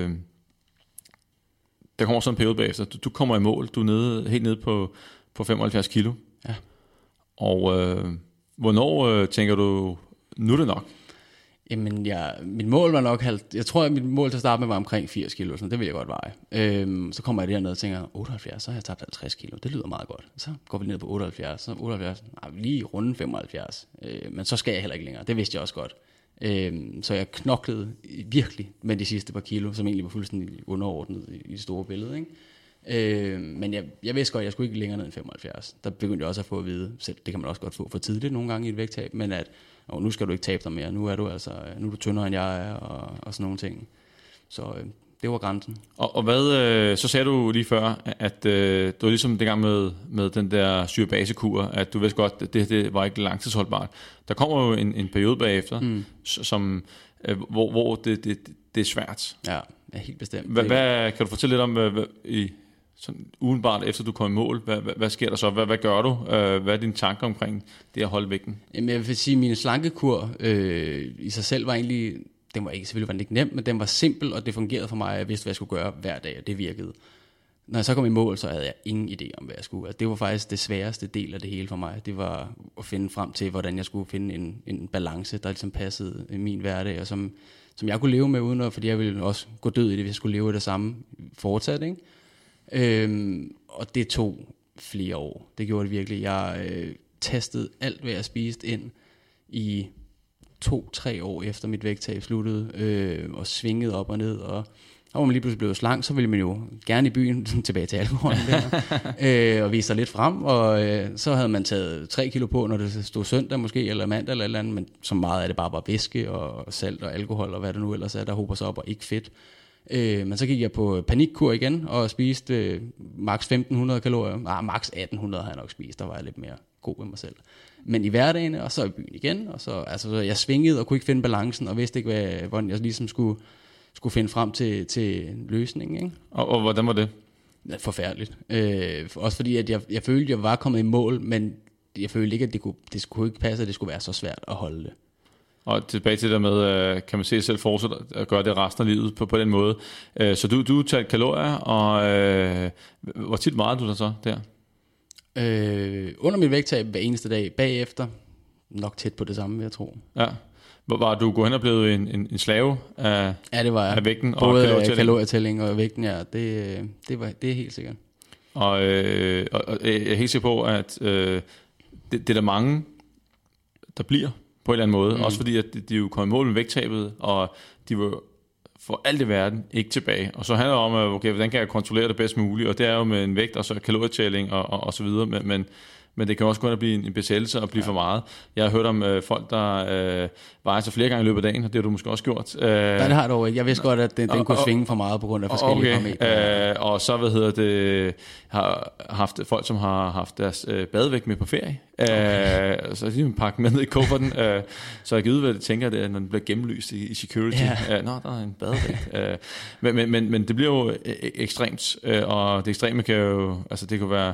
der kommer sådan en periode bagefter. Du kommer i mål, du er helt nede på 75 kilo. Ja. Og hvornår tænker du, nu er det nok? Jamen, mit mål var nok, jeg tror, at mit mål til at starte med var omkring 80 kilo, så det ville jeg godt veje. Så kommer jeg derned og tænker, 78, så har jeg tabt 50 kilo, det lyder meget godt. Så går vi ned på 78, så 78, lige runde 75, men så skal jeg heller ikke længere, det vidste jeg også godt. Så jeg knoklede virkelig med de sidste par kilo, som egentlig var fuldstændig underordnet i det store billede, ikke? Men jeg vidste godt, at jeg skulle ikke længere ned end 75. Der begyndte jeg også at få at vide, selv det kan man også godt få for tidligt nogle gange i et vægttab, men at nu skal du ikke tabe dig mere, nu er du tyndere end jeg er, og sådan nogle ting. Så det var grænsen. Og hvad, så sagde du lige før, at det var ligesom det gang med den der syrebasekur, at du vidste godt, at det var ikke langtidsholdbart. Der kommer jo en periode bagefter, som, hvor det er svært. Ja, helt bestemt. Hvad kan du fortælle lidt om, sådan udenbart efter du kom i mål, hvad sker der så? Hvad gør du? Hvad er dine tanker omkring det at holde vægten? Jamen, jeg vil sige, at min slankekur i sig selv var egentlig, selvfølgelig var den ikke nem, men den var simpel, og det fungerede for mig, at jeg vidste, hvad jeg skulle gøre hver dag, og det virkede. Når jeg så kom i mål, så havde jeg ingen idé om, hvad jeg skulle. Altså, det var faktisk det sværeste del af det hele for mig. Det var at finde frem til, hvordan jeg skulle finde en balance, der ligesom passede i min hverdag, og som jeg kunne leve med uden, fordi jeg ville også gå død i det, hvis jeg skulle leve i det samme fortsat, ikke? Og det tog flere år. Det gjorde det virkelig. Jeg testede alt, hvad jeg spiste ind i 2-3 år efter mit vægttab sluttede, og svingede op og ned, og hvor man lige pludselig blev slank, så ville man jo gerne i byen tilbage til alkoholen der, og vise sig lidt frem, og så havde man taget 3 kilo på, når det stod søndag måske, eller mandag eller et eller andet, men så meget af det bare var væske og salt og alkohol, og hvad det nu ellers er, der hober sig op, og ikke fedt. Men så gik jeg på panikkur igen, og spiste maks 1500 kalorier, maks 1800 har jeg nok spist, der var jeg lidt mere god ved mig selv. Men i hverdagen, og så i byen igen, og så jeg svingede og kunne ikke finde balancen, og vidste ikke, hvordan jeg ligesom skulle finde frem til løsningen, ikke? Og hvordan var det? Forfærdeligt. Også fordi, at jeg følte, at jeg var kommet i mål, men jeg følte ikke, at det skulle ikke passe, at det skulle være så svært at holde det. Og tilbage til det med, kan man se sig selv fortsætte at gøre det resten af livet på den måde. Så du tager kalorier, og hvor tit meget du der så der? Under mit vægttab hver eneste dag, bagefter nok tæt på det samme, vil jeg tro. Ja. Var du gået hen og blevet en slave af, det var jeg. Af vægten? Både og kalorietælling og vægten, ja. Det er helt sikkert. Og jeg er helt sikker på, at det er der mange, der bliver på en eller anden måde. Også fordi, at de jo kom i mål med vægttabet, og de var for alt i verden ikke tilbage. Og så handler det om, okay, hvordan kan jeg kontrollere det bedst muligt? Og det er jo med en vægt og så kalorietælling og så videre. Men det kan også godt blive en besættelse og blive for meget. Jeg har hørt om folk, der vejer sig flere gange i løbet af dagen, og det har du måske også gjort. Nej, det har du ikke. Jeg vidste godt, at den kunne svinge for meget på grund af forskellige parametre. Og så, har haft folk, som har haft deres badevægt med på ferie. Så de har pakket med ned i kufferten. Så jeg givet, hvad det tænker, det, når den bliver gennemlyst i security. Der er en badevægt. Men det bliver jo ekstremt, og det ekstreme kan jo, altså det kan være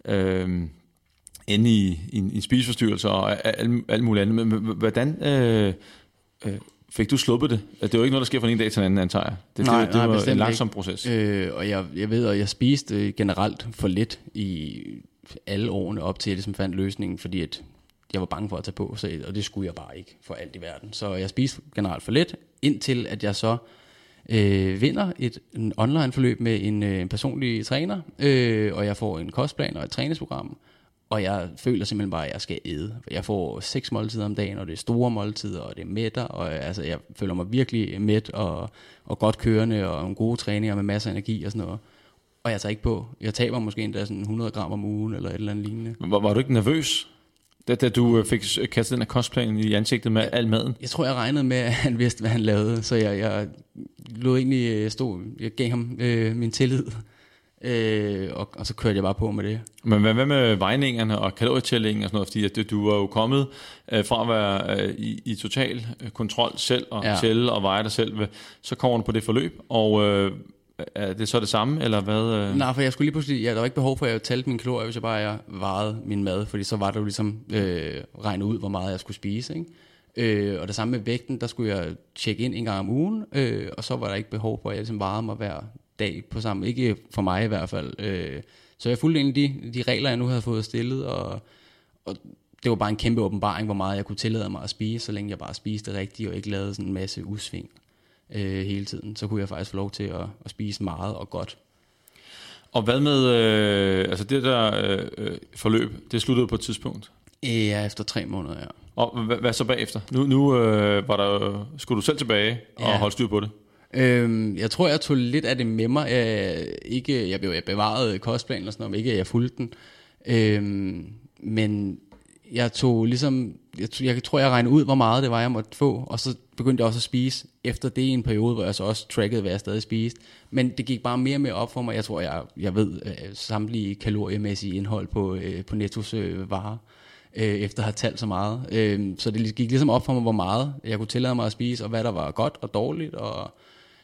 inde i en spiseforstyrrelse og alt muligt andet. Men hvordan fik du sluppet det? Det er jo ikke noget, der sker fra en dag til en anden, antager jeg. Det var en langsom proces. Og jeg ved, at jeg spiste generelt for lidt i alle årene op til, at jeg ligesom fandt løsningen, fordi at jeg var bange for at tage på, og det skulle jeg bare ikke for alt i verden. Så jeg spiste generelt for lidt, indtil at jeg så vinder en online forløb med en personlig træner, og jeg får en kostplan og et træningsprogram, og jeg føler simpelthen bare, at jeg skal æde. Jeg får 6 måltider om dagen, og det er store måltider, og det er mætter, og altså, jeg føler mig virkelig mæt og godt kørende, og en gode træninger med masser af energi og sådan noget. Og jeg tager ikke på. Jeg taber måske endda sådan 100 gram om ugen, eller et eller andet lignende. Var du ikke nervøs, da du fik kastet den her kostplan i ansigtet med al maden? Jeg tror, jeg regnede med, at han vidste, hvad han lavede, så jeg lod egentlig jeg gav ham min tillid. Og så kørte jeg bare på med det. Men hvad med vejningerne og kalorietællingen og sådan noget? Fordi at du er jo kommet fra at være i total kontrol selv og tælle og veje dig selv. Så kommer du på det forløb, og er det så det samme, eller hvad? Nej, for jeg skulle lige pludselig, der var ikke behov for, at jeg talte mine kalorier, hvis jeg bare vejede min mad, fordi så var det jo ligesom regnet ud, hvor meget jeg skulle spise, ikke? Og det samme med vægten, der skulle jeg tjekke ind en gang om ugen, og så var der ikke behov for, at jeg ligesom vejede mig hver dag på samme, ikke for mig i hvert fald. Så jeg fulgte egentlig de regler, jeg nu havde fået stillet, og det var bare en kæmpe åbenbaring, hvor meget jeg kunne tillade mig at spise, så længe jeg bare spiste rigtigt, og ikke lavede sådan en masse udsving hele tiden. Så kunne jeg faktisk få lov til at spise meget og godt. Og hvad med, altså det der forløb, det sluttede på et tidspunkt? Ja, efter 3 måneder, ja. Og hvad så bagefter? Nu skulle du selv tilbage og holde styr på det? Jeg tror, jeg tog lidt af det med mig. Jeg bevarede kostplanen og sådan noget, men ikke at jeg fulgte den. Men jeg tog ligesom, jeg tror, jeg regnede ud, hvor meget det var, jeg måtte få, og så begyndte jeg også at spise efter det i en periode, hvor jeg så også trackede, hvad jeg stadig spiste. Men det gik bare mere og mere op for mig. Jeg tror, jeg ved samtlige kaloriemæssige indhold på Nettos varer, efter at have talt så meget. Så det gik ligesom op for mig, hvor meget jeg kunne tillade mig at spise, og hvad der var godt og dårligt, og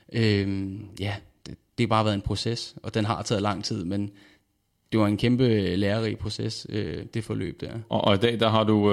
det har bare været en proces, og den har taget lang tid, men det var en kæmpe lærerig proces, det forløb der. Og i dag, der har du,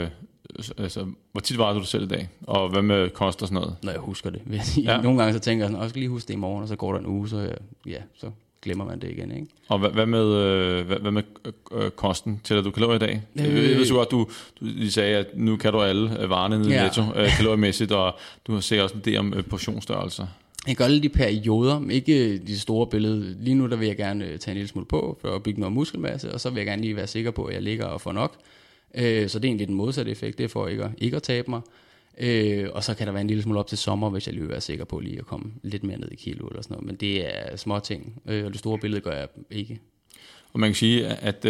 altså, hvor tit vejer du dig selv i dag? Og hvad med kost og sådan noget? Når jeg husker det, vil jeg sige. Ja. Nogle gange så tænker jeg sådan, jeg skal lige huske det i morgen, og så går der en uge, så glemmer man det igen, ikke? Og hvad med kosten? Tæller du kalorier i dag? Jeg ved så godt, du sagde, at nu kan du alle varerne nede i Netto kaloriemæssigt, og du har sikkert også en idé om portionsstørrelser. Jeg gør alle de perioder, men ikke de store billeder. Lige nu der vil jeg gerne tage en lille smule på, for at bygge noget muskelmasse, og så vil jeg gerne lige være sikker på, at jeg ligger og får nok. Så det er egentlig den modsatte effekt, det er for ikke at tabe mig. Og så kan der være en lille smule op til sommer, hvis jeg lige vil være sikker på lige at komme lidt mere ned i kilo eller sådan noget. Men det er små ting, og det store billede gør jeg ikke. Og man kan sige, at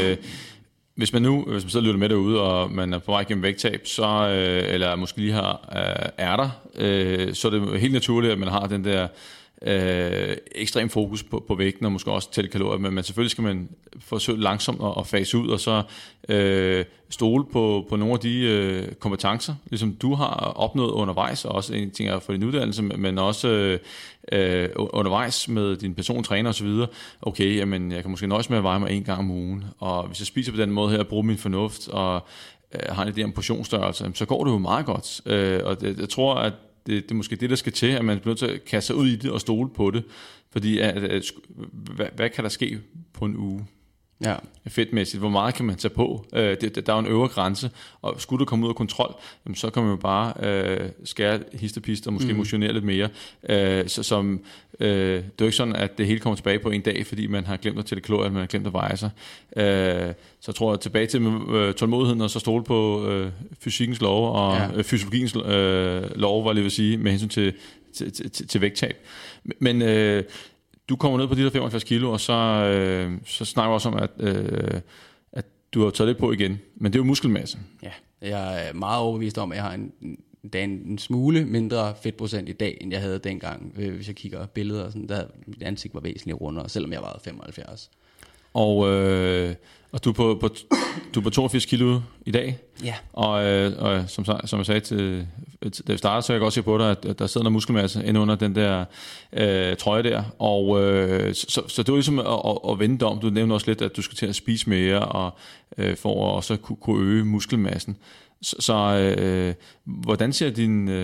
hvis man så lytter med derude, og man er på vej gennem vægttab, så, eller måske lige har ærter, så er det helt naturligt, at man har den der ekstrem fokus på vægten, og måske også tælle kalorier, men selvfølgelig skal man forsøge langsomt at fase ud, og så stole på nogle af de kompetencer, ligesom du har opnået undervejs, og også en ting er for din uddannelse, men også undervejs med din personlige træner og så videre. Okay, jamen, jeg kan måske nøjes med at veje mig 1 gang om ugen, og hvis jeg spiser på den måde her, og bruger min fornuft, og har en idé om portionsstørrelse, så går det jo meget godt. Og jeg tror, at det er måske det, der skal til, at man bliver nødt til at kaste sig ud i det og stole på det. Fordi hvad kan der ske på en uge? Ja. Fedtmæssigt. Hvor meget kan man tage på? Der er jo en øvre grænse, og skulle du komme ud af kontrol, så kan man jo bare skære histepist og måske motionere lidt mere. Det er jo ikke sådan, at det hele kommer tilbage på en dag, fordi man har glemt at tælle kalorier, man har glemt at veje sig. Så jeg tror, tilbage til tålmodigheden, og så stole på fysikkens lov og fysiologiens lov, var det vil sige, med hensyn til vægttab. Men du kommer ned på de der 75 kilo, og så snakker vi også om, at du har taget lidt på igen. Men det er jo muskelmasse. Ja, jeg er meget overbevist om, at jeg har en smule mindre fedtprocent i dag, end jeg havde dengang. Hvis jeg kigger billeder, sådan, der mit ansigt var væsentligt rundere, selvom jeg vejede 75. Og du er på 82 kilo i dag. Ja. Og som jeg sagde da vi startede, så jeg kan også se på dig, at der sidder noget muskelmasse inde under den der trøje der. Og så det var ligesom at vende om. Du nævnte også lidt, at du skal til at spise mere, og for at også kunne øge muskelmassen. Så hvordan ser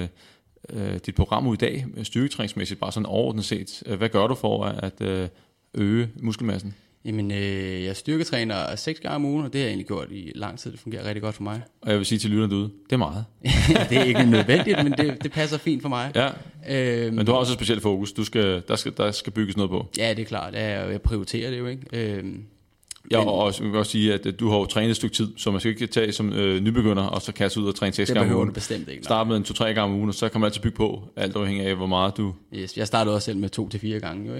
dit program ud i dag, styrketræningsmæssigt, bare sådan overordnet set? Hvad gør du for at øge muskelmassen? Jamen, jeg styrketræner 6 gange om ugen, og det har jeg egentlig gjort i lang tid. Det fungerer rigtig godt for mig. Og jeg vil sige til lytterne derude, det er meget. Det er ikke nødvendigt, men det passer fint for mig. Ja. Men du har også et specielt fokus. Der skal bygges noget på. Ja, det er klart. Jeg prioriterer det jo, ikke? Ja, og man kan også sige, at du har jo trænet et stykke tid, så man skal ikke tage som nybegynder, og så kaste ud og træne 6 gange om ugen. Det bestemt ikke. Start med 2-3 gange om ugen, og så kan man altid bygge på, alt afhængig af, hvor meget du... Yes, jeg startede også selv med 2-4 gange, jo,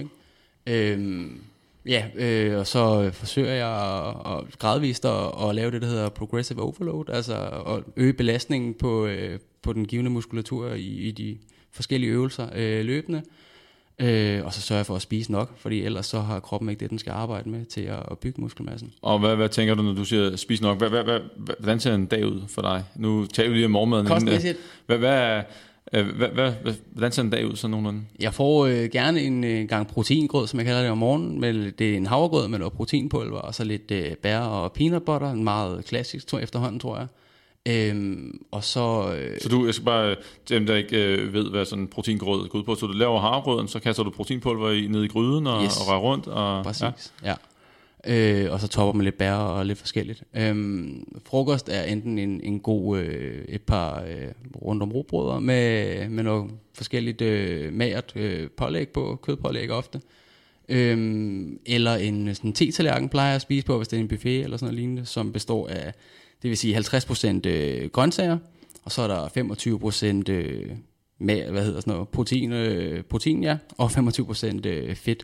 ikke? Og så forsøger jeg at gradvist at lave det, der hedder progressive overload, altså at øge belastningen på den givne muskulatur i de forskellige øvelser løbende. Og så sørger jeg for at spise nok, fordi ellers så har kroppen ikke det, den skal arbejde med til at bygge muskelmassen. Og hvad tænker du, når du siger spise nok? Hvordan ser en dag ud for dig? Nu taler vi lige om morgenmaden. Kostmæssigt. Hvordan ser en dag ud sådan nogenlunde? Jeg får gerne en gang proteingrød, som jeg kalder det om morgenen. Det er en havregrød med noget proteinpulver, og så lidt bær og peanut butter. En meget klassisk efterhånden, tror jeg. Og så... Så jeg skal bare, til dem der ikke ved, hvad sådan en proteingrød går ud på, så du laver havregrøden, så kaster du proteinpulver ned i gryden og rører rundt. Og, præcis, ja. Og så topper med lidt bær og lidt forskelligt. Frokost er enten en god et par rundt om rugbrødder med noget forskelligt magert pålæg på, kødpålæg ofte. Eller en sådan te-tallerken plejer jeg at spise på, hvis det er en buffet eller sådan noget lignende, som består af, det vil sige 50% grøntsager, og så er der 25% protein, ja, og 25% fedt.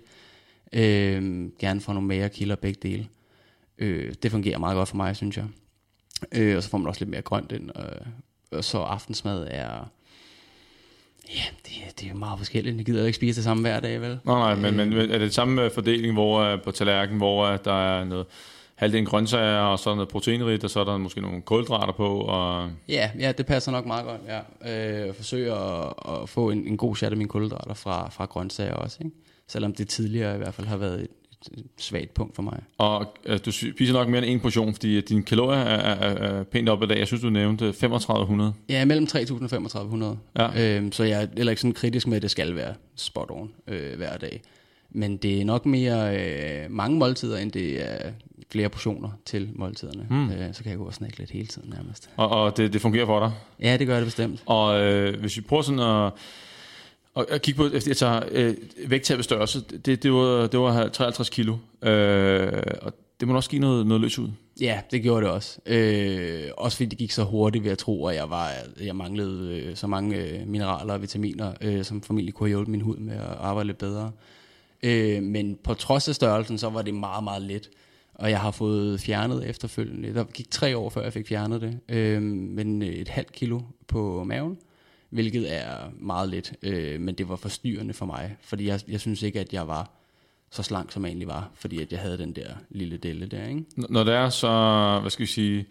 Gerne fra nogle magre kilder begge dele. Det fungerer meget godt for mig, synes jeg. Og så får man også lidt mere grønt ind. Og så aftensmad er... Ja, det er jo meget forskelligt. Jeg gider ikke spise det samme hver dag, vel? Nej, men er det samme fordeling hvor på tallerkenen, hvor der er noget halvdelen grøntsager, og så er noget proteinrigt, og så er der måske nogle kulhydrater på? Og... Ja, det passer nok meget godt, ja. Jeg forsøger at få en god chat af mine kulhydrater fra grøntsager også, ikke? Selvom det tidligere i hvert fald har været et svagt punkt for mig. Og du spiser nok mere end en portion, fordi dine kalorier er pænt op i dag. Jeg synes, du nævnte 3500. Ja, mellem 3.000 og 3500. Ja. Så jeg er heller ikke sådan kritisk med, at det skal være spot on hver dag. Men det er nok mere mange måltider, end det er flere portioner til måltiderne. Så kan jeg gå og snakke lidt hele tiden nærmest. Og det fungerer for dig? Ja, det gør det bestemt. Og hvis vi prøver sådan at kigge på, vægttabets størrelse, det var 53 kilo, og det må også give noget løs ud. Ja, det gjorde det også. Også fordi det gik så hurtigt, ved at tro, at jeg manglede så mange mineraler og vitaminer, som formentlig kunne have hjulpet min hud med at arbejde lidt bedre. Men på trods af størrelsen, så var det meget, meget let. Og jeg har fået fjernet efterfølgende. Der gik 3 år, før jeg fik fjernet det. Men et halvt kilo på maven, hvilket er meget let. Men det var forstyrrende for mig, fordi jeg synes ikke, at jeg var så slank, som jeg egentlig var, fordi at jeg havde den der lille delle der, ikke? Når det er så, hvad skal vi sige,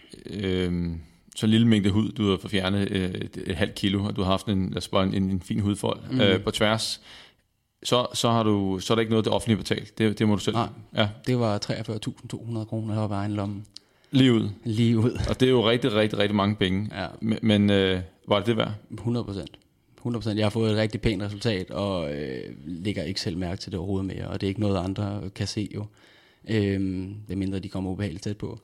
så en lille mængde hud, du har fået fjernet et halvt kilo, og du har haft en fin hudfold på tværs, så er der ikke noget, det offentlige betalt. Det må du selv. Nej, ja. Det var 43.200 kroner, jeg var bare en lomme. Lige ud. Lige ud. Og det er jo rigtig, rigtig, rigtig mange penge. Ja. Men var det værd? 100%. 100%. Jeg har fået et rigtig pænt resultat, og lægger ikke selv mærke til det overhovedet mere, og det er ikke noget, andre kan se jo. Det mindre de kommer ubehageligt tæt på.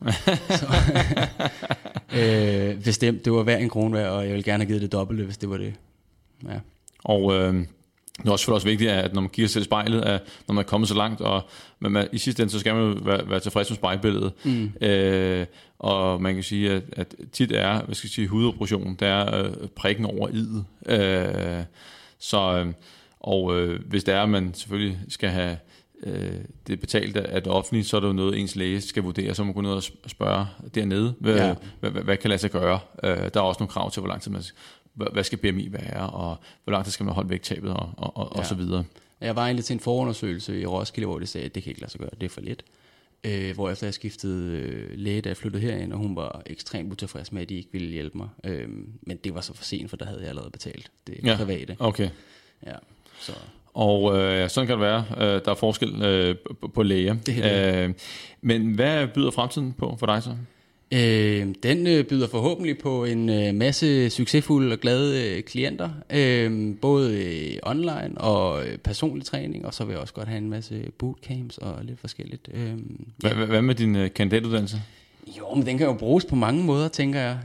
Bestemt, det var hver en krone værd, og jeg ville gerne have givet det dobbelte, hvis det var det. Ja. Og det er også vigtigt, at når man kigger sig i spejlet, at når man er kommet så langt, og i sidste ende, så skal man jo være tilfreds med spejlbilledet. Og man kan sige, at tit er, hudoperation, der er prikken over i'et. Hvis det er, at man selvfølgelig skal have det betalt af det offentlige, så er det jo noget, ens læge skal vurdere, så man gå ned og spørge dernede, hvad kan lade sig gøre. Der er også nogle krav til, hvor lang tid man hvad skal BMI være, og hvor langt skal man holde vægttabet, og så videre. Jeg var egentlig til en forundersøgelse i Roskilde, hvor de sagde, at det kan ikke lade sig gøre, det er for lidt. Hvorefter jeg skiftede læge, da jeg flyttede herind, og hun var ekstremt utilfreds med, at de ikke ville hjælpe mig. Men det var så for sent, for der havde jeg allerede betalt det private. Okay. Ja, så... Og sådan kan det være. Der er forskel på læger. Det. Men hvad byder fremtiden på for dig så? Den byder forhåbentlig på en masse succesfulde og glade klienter, både online og personlig træning, og så vil jeg også godt have en masse bootcamps og lidt forskelligt. Hvad med din kandidatuddannelse? Jo, men den kan jo bruges på mange måder, tænker jeg.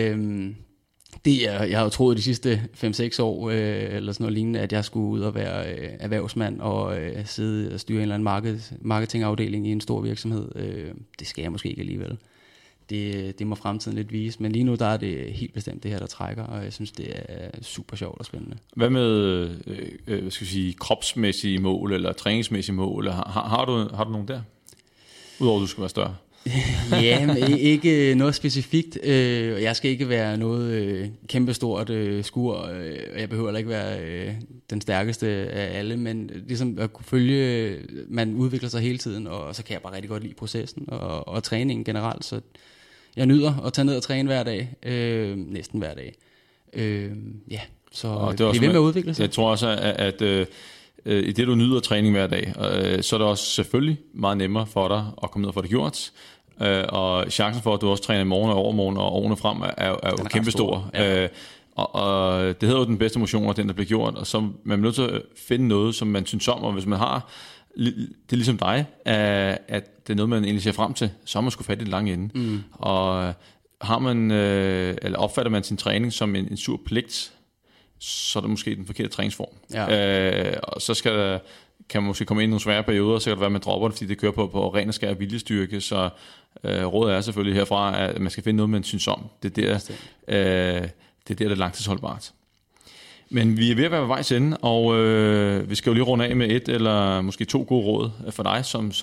Jeg har jo troet de sidste 5-6 år, eller sådan noget lignende, at jeg skulle ud og være erhvervsmand og sidde og styre en eller anden marketingafdeling i en stor virksomhed. Det skal jeg måske ikke alligevel. Det må fremtiden lidt vise, men lige nu der er det helt bestemt det her, der trækker, og jeg synes, det er super sjovt og spændende. Hvad med kropsmæssige mål eller træningsmæssige mål? Har du nogen der? Udover at du skal være større? Ja, men ikke noget specifikt. Jeg skal ikke være noget kæmpestort skur, og jeg behøver ikke være den stærkeste af alle, men ligesom at kunne følge, man udvikler sig hele tiden, og så kan jeg bare rigtig godt lide processen og træningen generelt, så jeg nyder at tage ned og træne hver dag, næsten hver dag. Ja, så det er ved med at udvikle sig. Jeg tror også, at i det du nyder træning hver dag, så er det også selvfølgelig meget nemmere for dig at komme ned og få det gjort. Og chancen for, at du også træner i morgen og overmorgen og årene frem, er jo kæmpestor. Ja. Og det hedder jo den bedste motion, den der bliver gjort, og så man er nødt til at finde noget, som man synes om, og hvis man har, det er ligesom dig, at det er noget, man egentlig ser frem til, så har man sgu fat i det lange ende. Og har man, eller opfatter man sin træning som en sur pligt, så er det måske den forkerte træningsform. Ja. Og så kan man måske komme ind i nogle svære perioder, så kan det være, at man dropper det, fordi det kører på ren og skær viljestyrke, så rådet er selvfølgelig herfra, at man skal finde noget, man synes om. Det er der langtidsholdbart. Men vi er ved at være ved vejs ende, og vi skal jo lige runde af med et eller måske 2 gode råd for dig,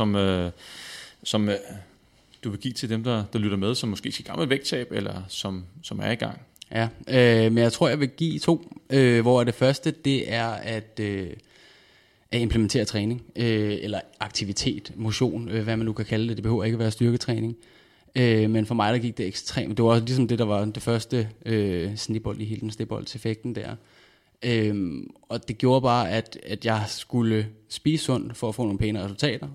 som du vil give til dem, der lytter med, som måske skal i gang med vægttab, eller som er i gang. Ja, men jeg tror, jeg vil give 2, hvor det første, det er at implementere træning, eller aktivitet, motion, hvad man nu kan kalde det. Det behøver ikke at være styrketræning. Men for mig, der gik det ekstremt. Det var også ligesom det, der var det første snebold i hele den snebold-effekten der. Og det gjorde bare, at jeg skulle spise sundt for at få nogle pæne resultater.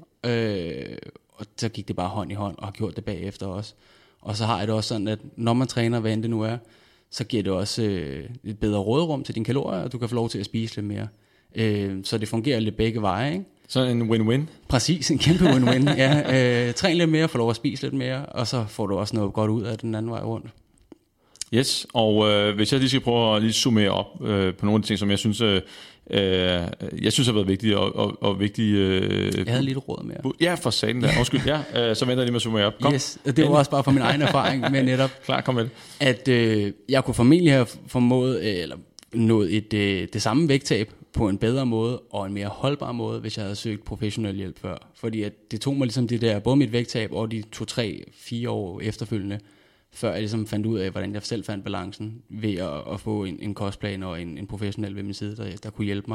Og så gik det bare hånd i hånd, og har gjort det bagefter også. Og så har jeg det også sådan, at når man træner, hvad end det nu er, så giver det også et bedre råderum til dine kalorier, og du kan få lov til at spise lidt mere. Så det fungerer lidt begge veje, ikke? Så en win-win? Præcis, en kæmpe win-win. Ja, træn lidt mere, få lov at spise lidt mere, og så får du også noget godt ud af den anden vej rundt. Yes, og hvis jeg lige skal prøve at lige summere op på nogle af de ting, som jeg synes har været vigtige og vigtige. Jeg havde lidt råd med. Ja, for satan der. Undskyld, ja. Så venter jeg lige med at summere op. Kom. Yes, det var også bare fra min egen erfaring med netop. Klar, kom med det. At jeg kunne formentlig have formået, eller nået det samme vægttab på en bedre måde og en mere holdbar måde, hvis jeg havde søgt professionel hjælp før. Fordi at det tog mig ligesom det der, både mit vægttab og de 2, 3, 4 år efterfølgende, før jeg ligesom fandt ud af, hvordan jeg selv fandt balancen ved at få en kostplan og en professionel ved min side, der kunne hjælpe mig.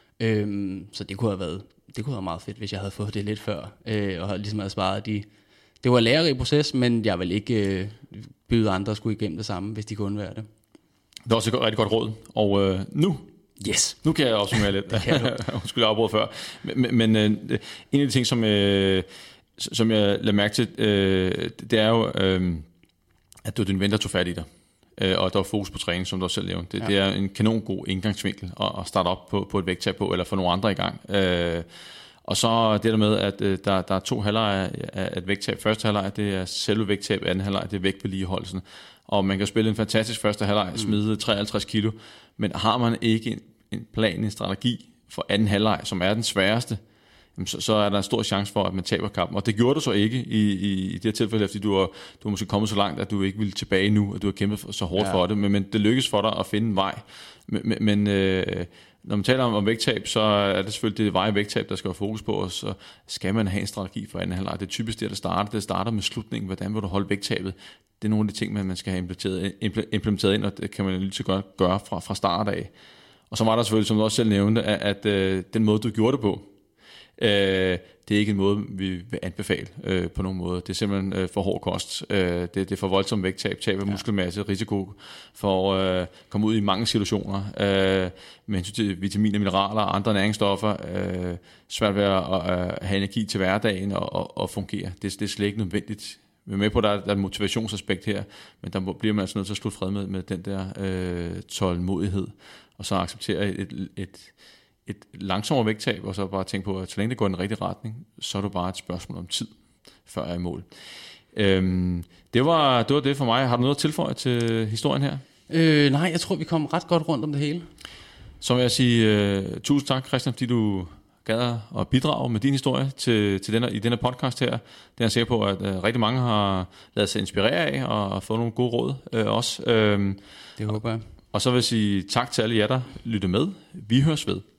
Så det kunne have været meget fedt, hvis jeg havde fået det lidt før, og ligesom havde sparet de. Det var en lærerig proces, men jeg vil ikke byde andre at skulle igennem det samme, hvis de kunne undvære det. Det er også et rigtig godt råd, og nu kan jeg også mere lidt. Skulle jeg afbryde før. Men en af de ting, som jeg lader mærke til, det er jo, at du din ven, der tog fat i dig. Og der er fokus på træning, som du også selv nævnte. Det er en kanon god indgangsvinkel at starte op på et vægttab på, eller få nogle andre i gang. Og så det der med, at der er 2 halvleje af et vægttab. Første halvleje, det er selve vægttab, anden halvleje, det er vægtvedligeholdelsen. Og man kan spille en fantastisk første halvleg, smide 53 kilo, men har man ikke en plan, en strategi for anden halvleg, som er den sværeste, så er der en stor chance for, at man taber kampen. Og det gjorde du så ikke i det her tilfælde, fordi du er måske kommet så langt, at du ikke ville tilbage nu, og du har kæmpet så hårdt for det, men det lykkedes for dig at finde en vej. Men når man taler om vægttab, så er det selvfølgelig det veje vægttab, der skal have fokus på, og så skal man have en strategi for anden halvleg. Det er typisk det, der starter. Det starter med slutningen. Hvordan vil du holde vægttabet? Det er nogle af de ting, man skal have implementeret ind, og det kan man lige så godt gøre fra start af. Og så var der selvfølgelig, som du også selv nævnte, at den måde, du gjorde det på, det er ikke en måde, vi vil anbefale på nogen måde. Det er simpelthen for hård kost. Det er for voldsom vægttab, tab af muskelmasse, risiko for at komme ud i mange situationer. Med hensyn til vitaminer, mineraler og andre næringsstoffer, svært ved at have energi til hverdagen og fungere. Det er slet ikke nødvendigt. Vi er med på, at der er et motivationsaspekt her, men der bliver man altså nødt til at slutte fred med den der tålmodighed, og så acceptere et langsommere vægttab, og så bare tænke på, at så længe det går i den rigtige retning, så er det bare et spørgsmål om tid, før jeg er i mål. Det var det for mig. Har du noget at tilføje til historien her? Nej, jeg tror, vi kom ret godt rundt om det hele. Så vil jeg sige tusind tak, Christian, fordi du gad at bidrage med din historie i denne podcast her. Det er jeg sikker på, at rigtig mange har ladet sig inspirere af og fået nogle gode råd også. Det håber jeg. Og så vil jeg sige tak til alle jer, der lytter med. Vi høres ved.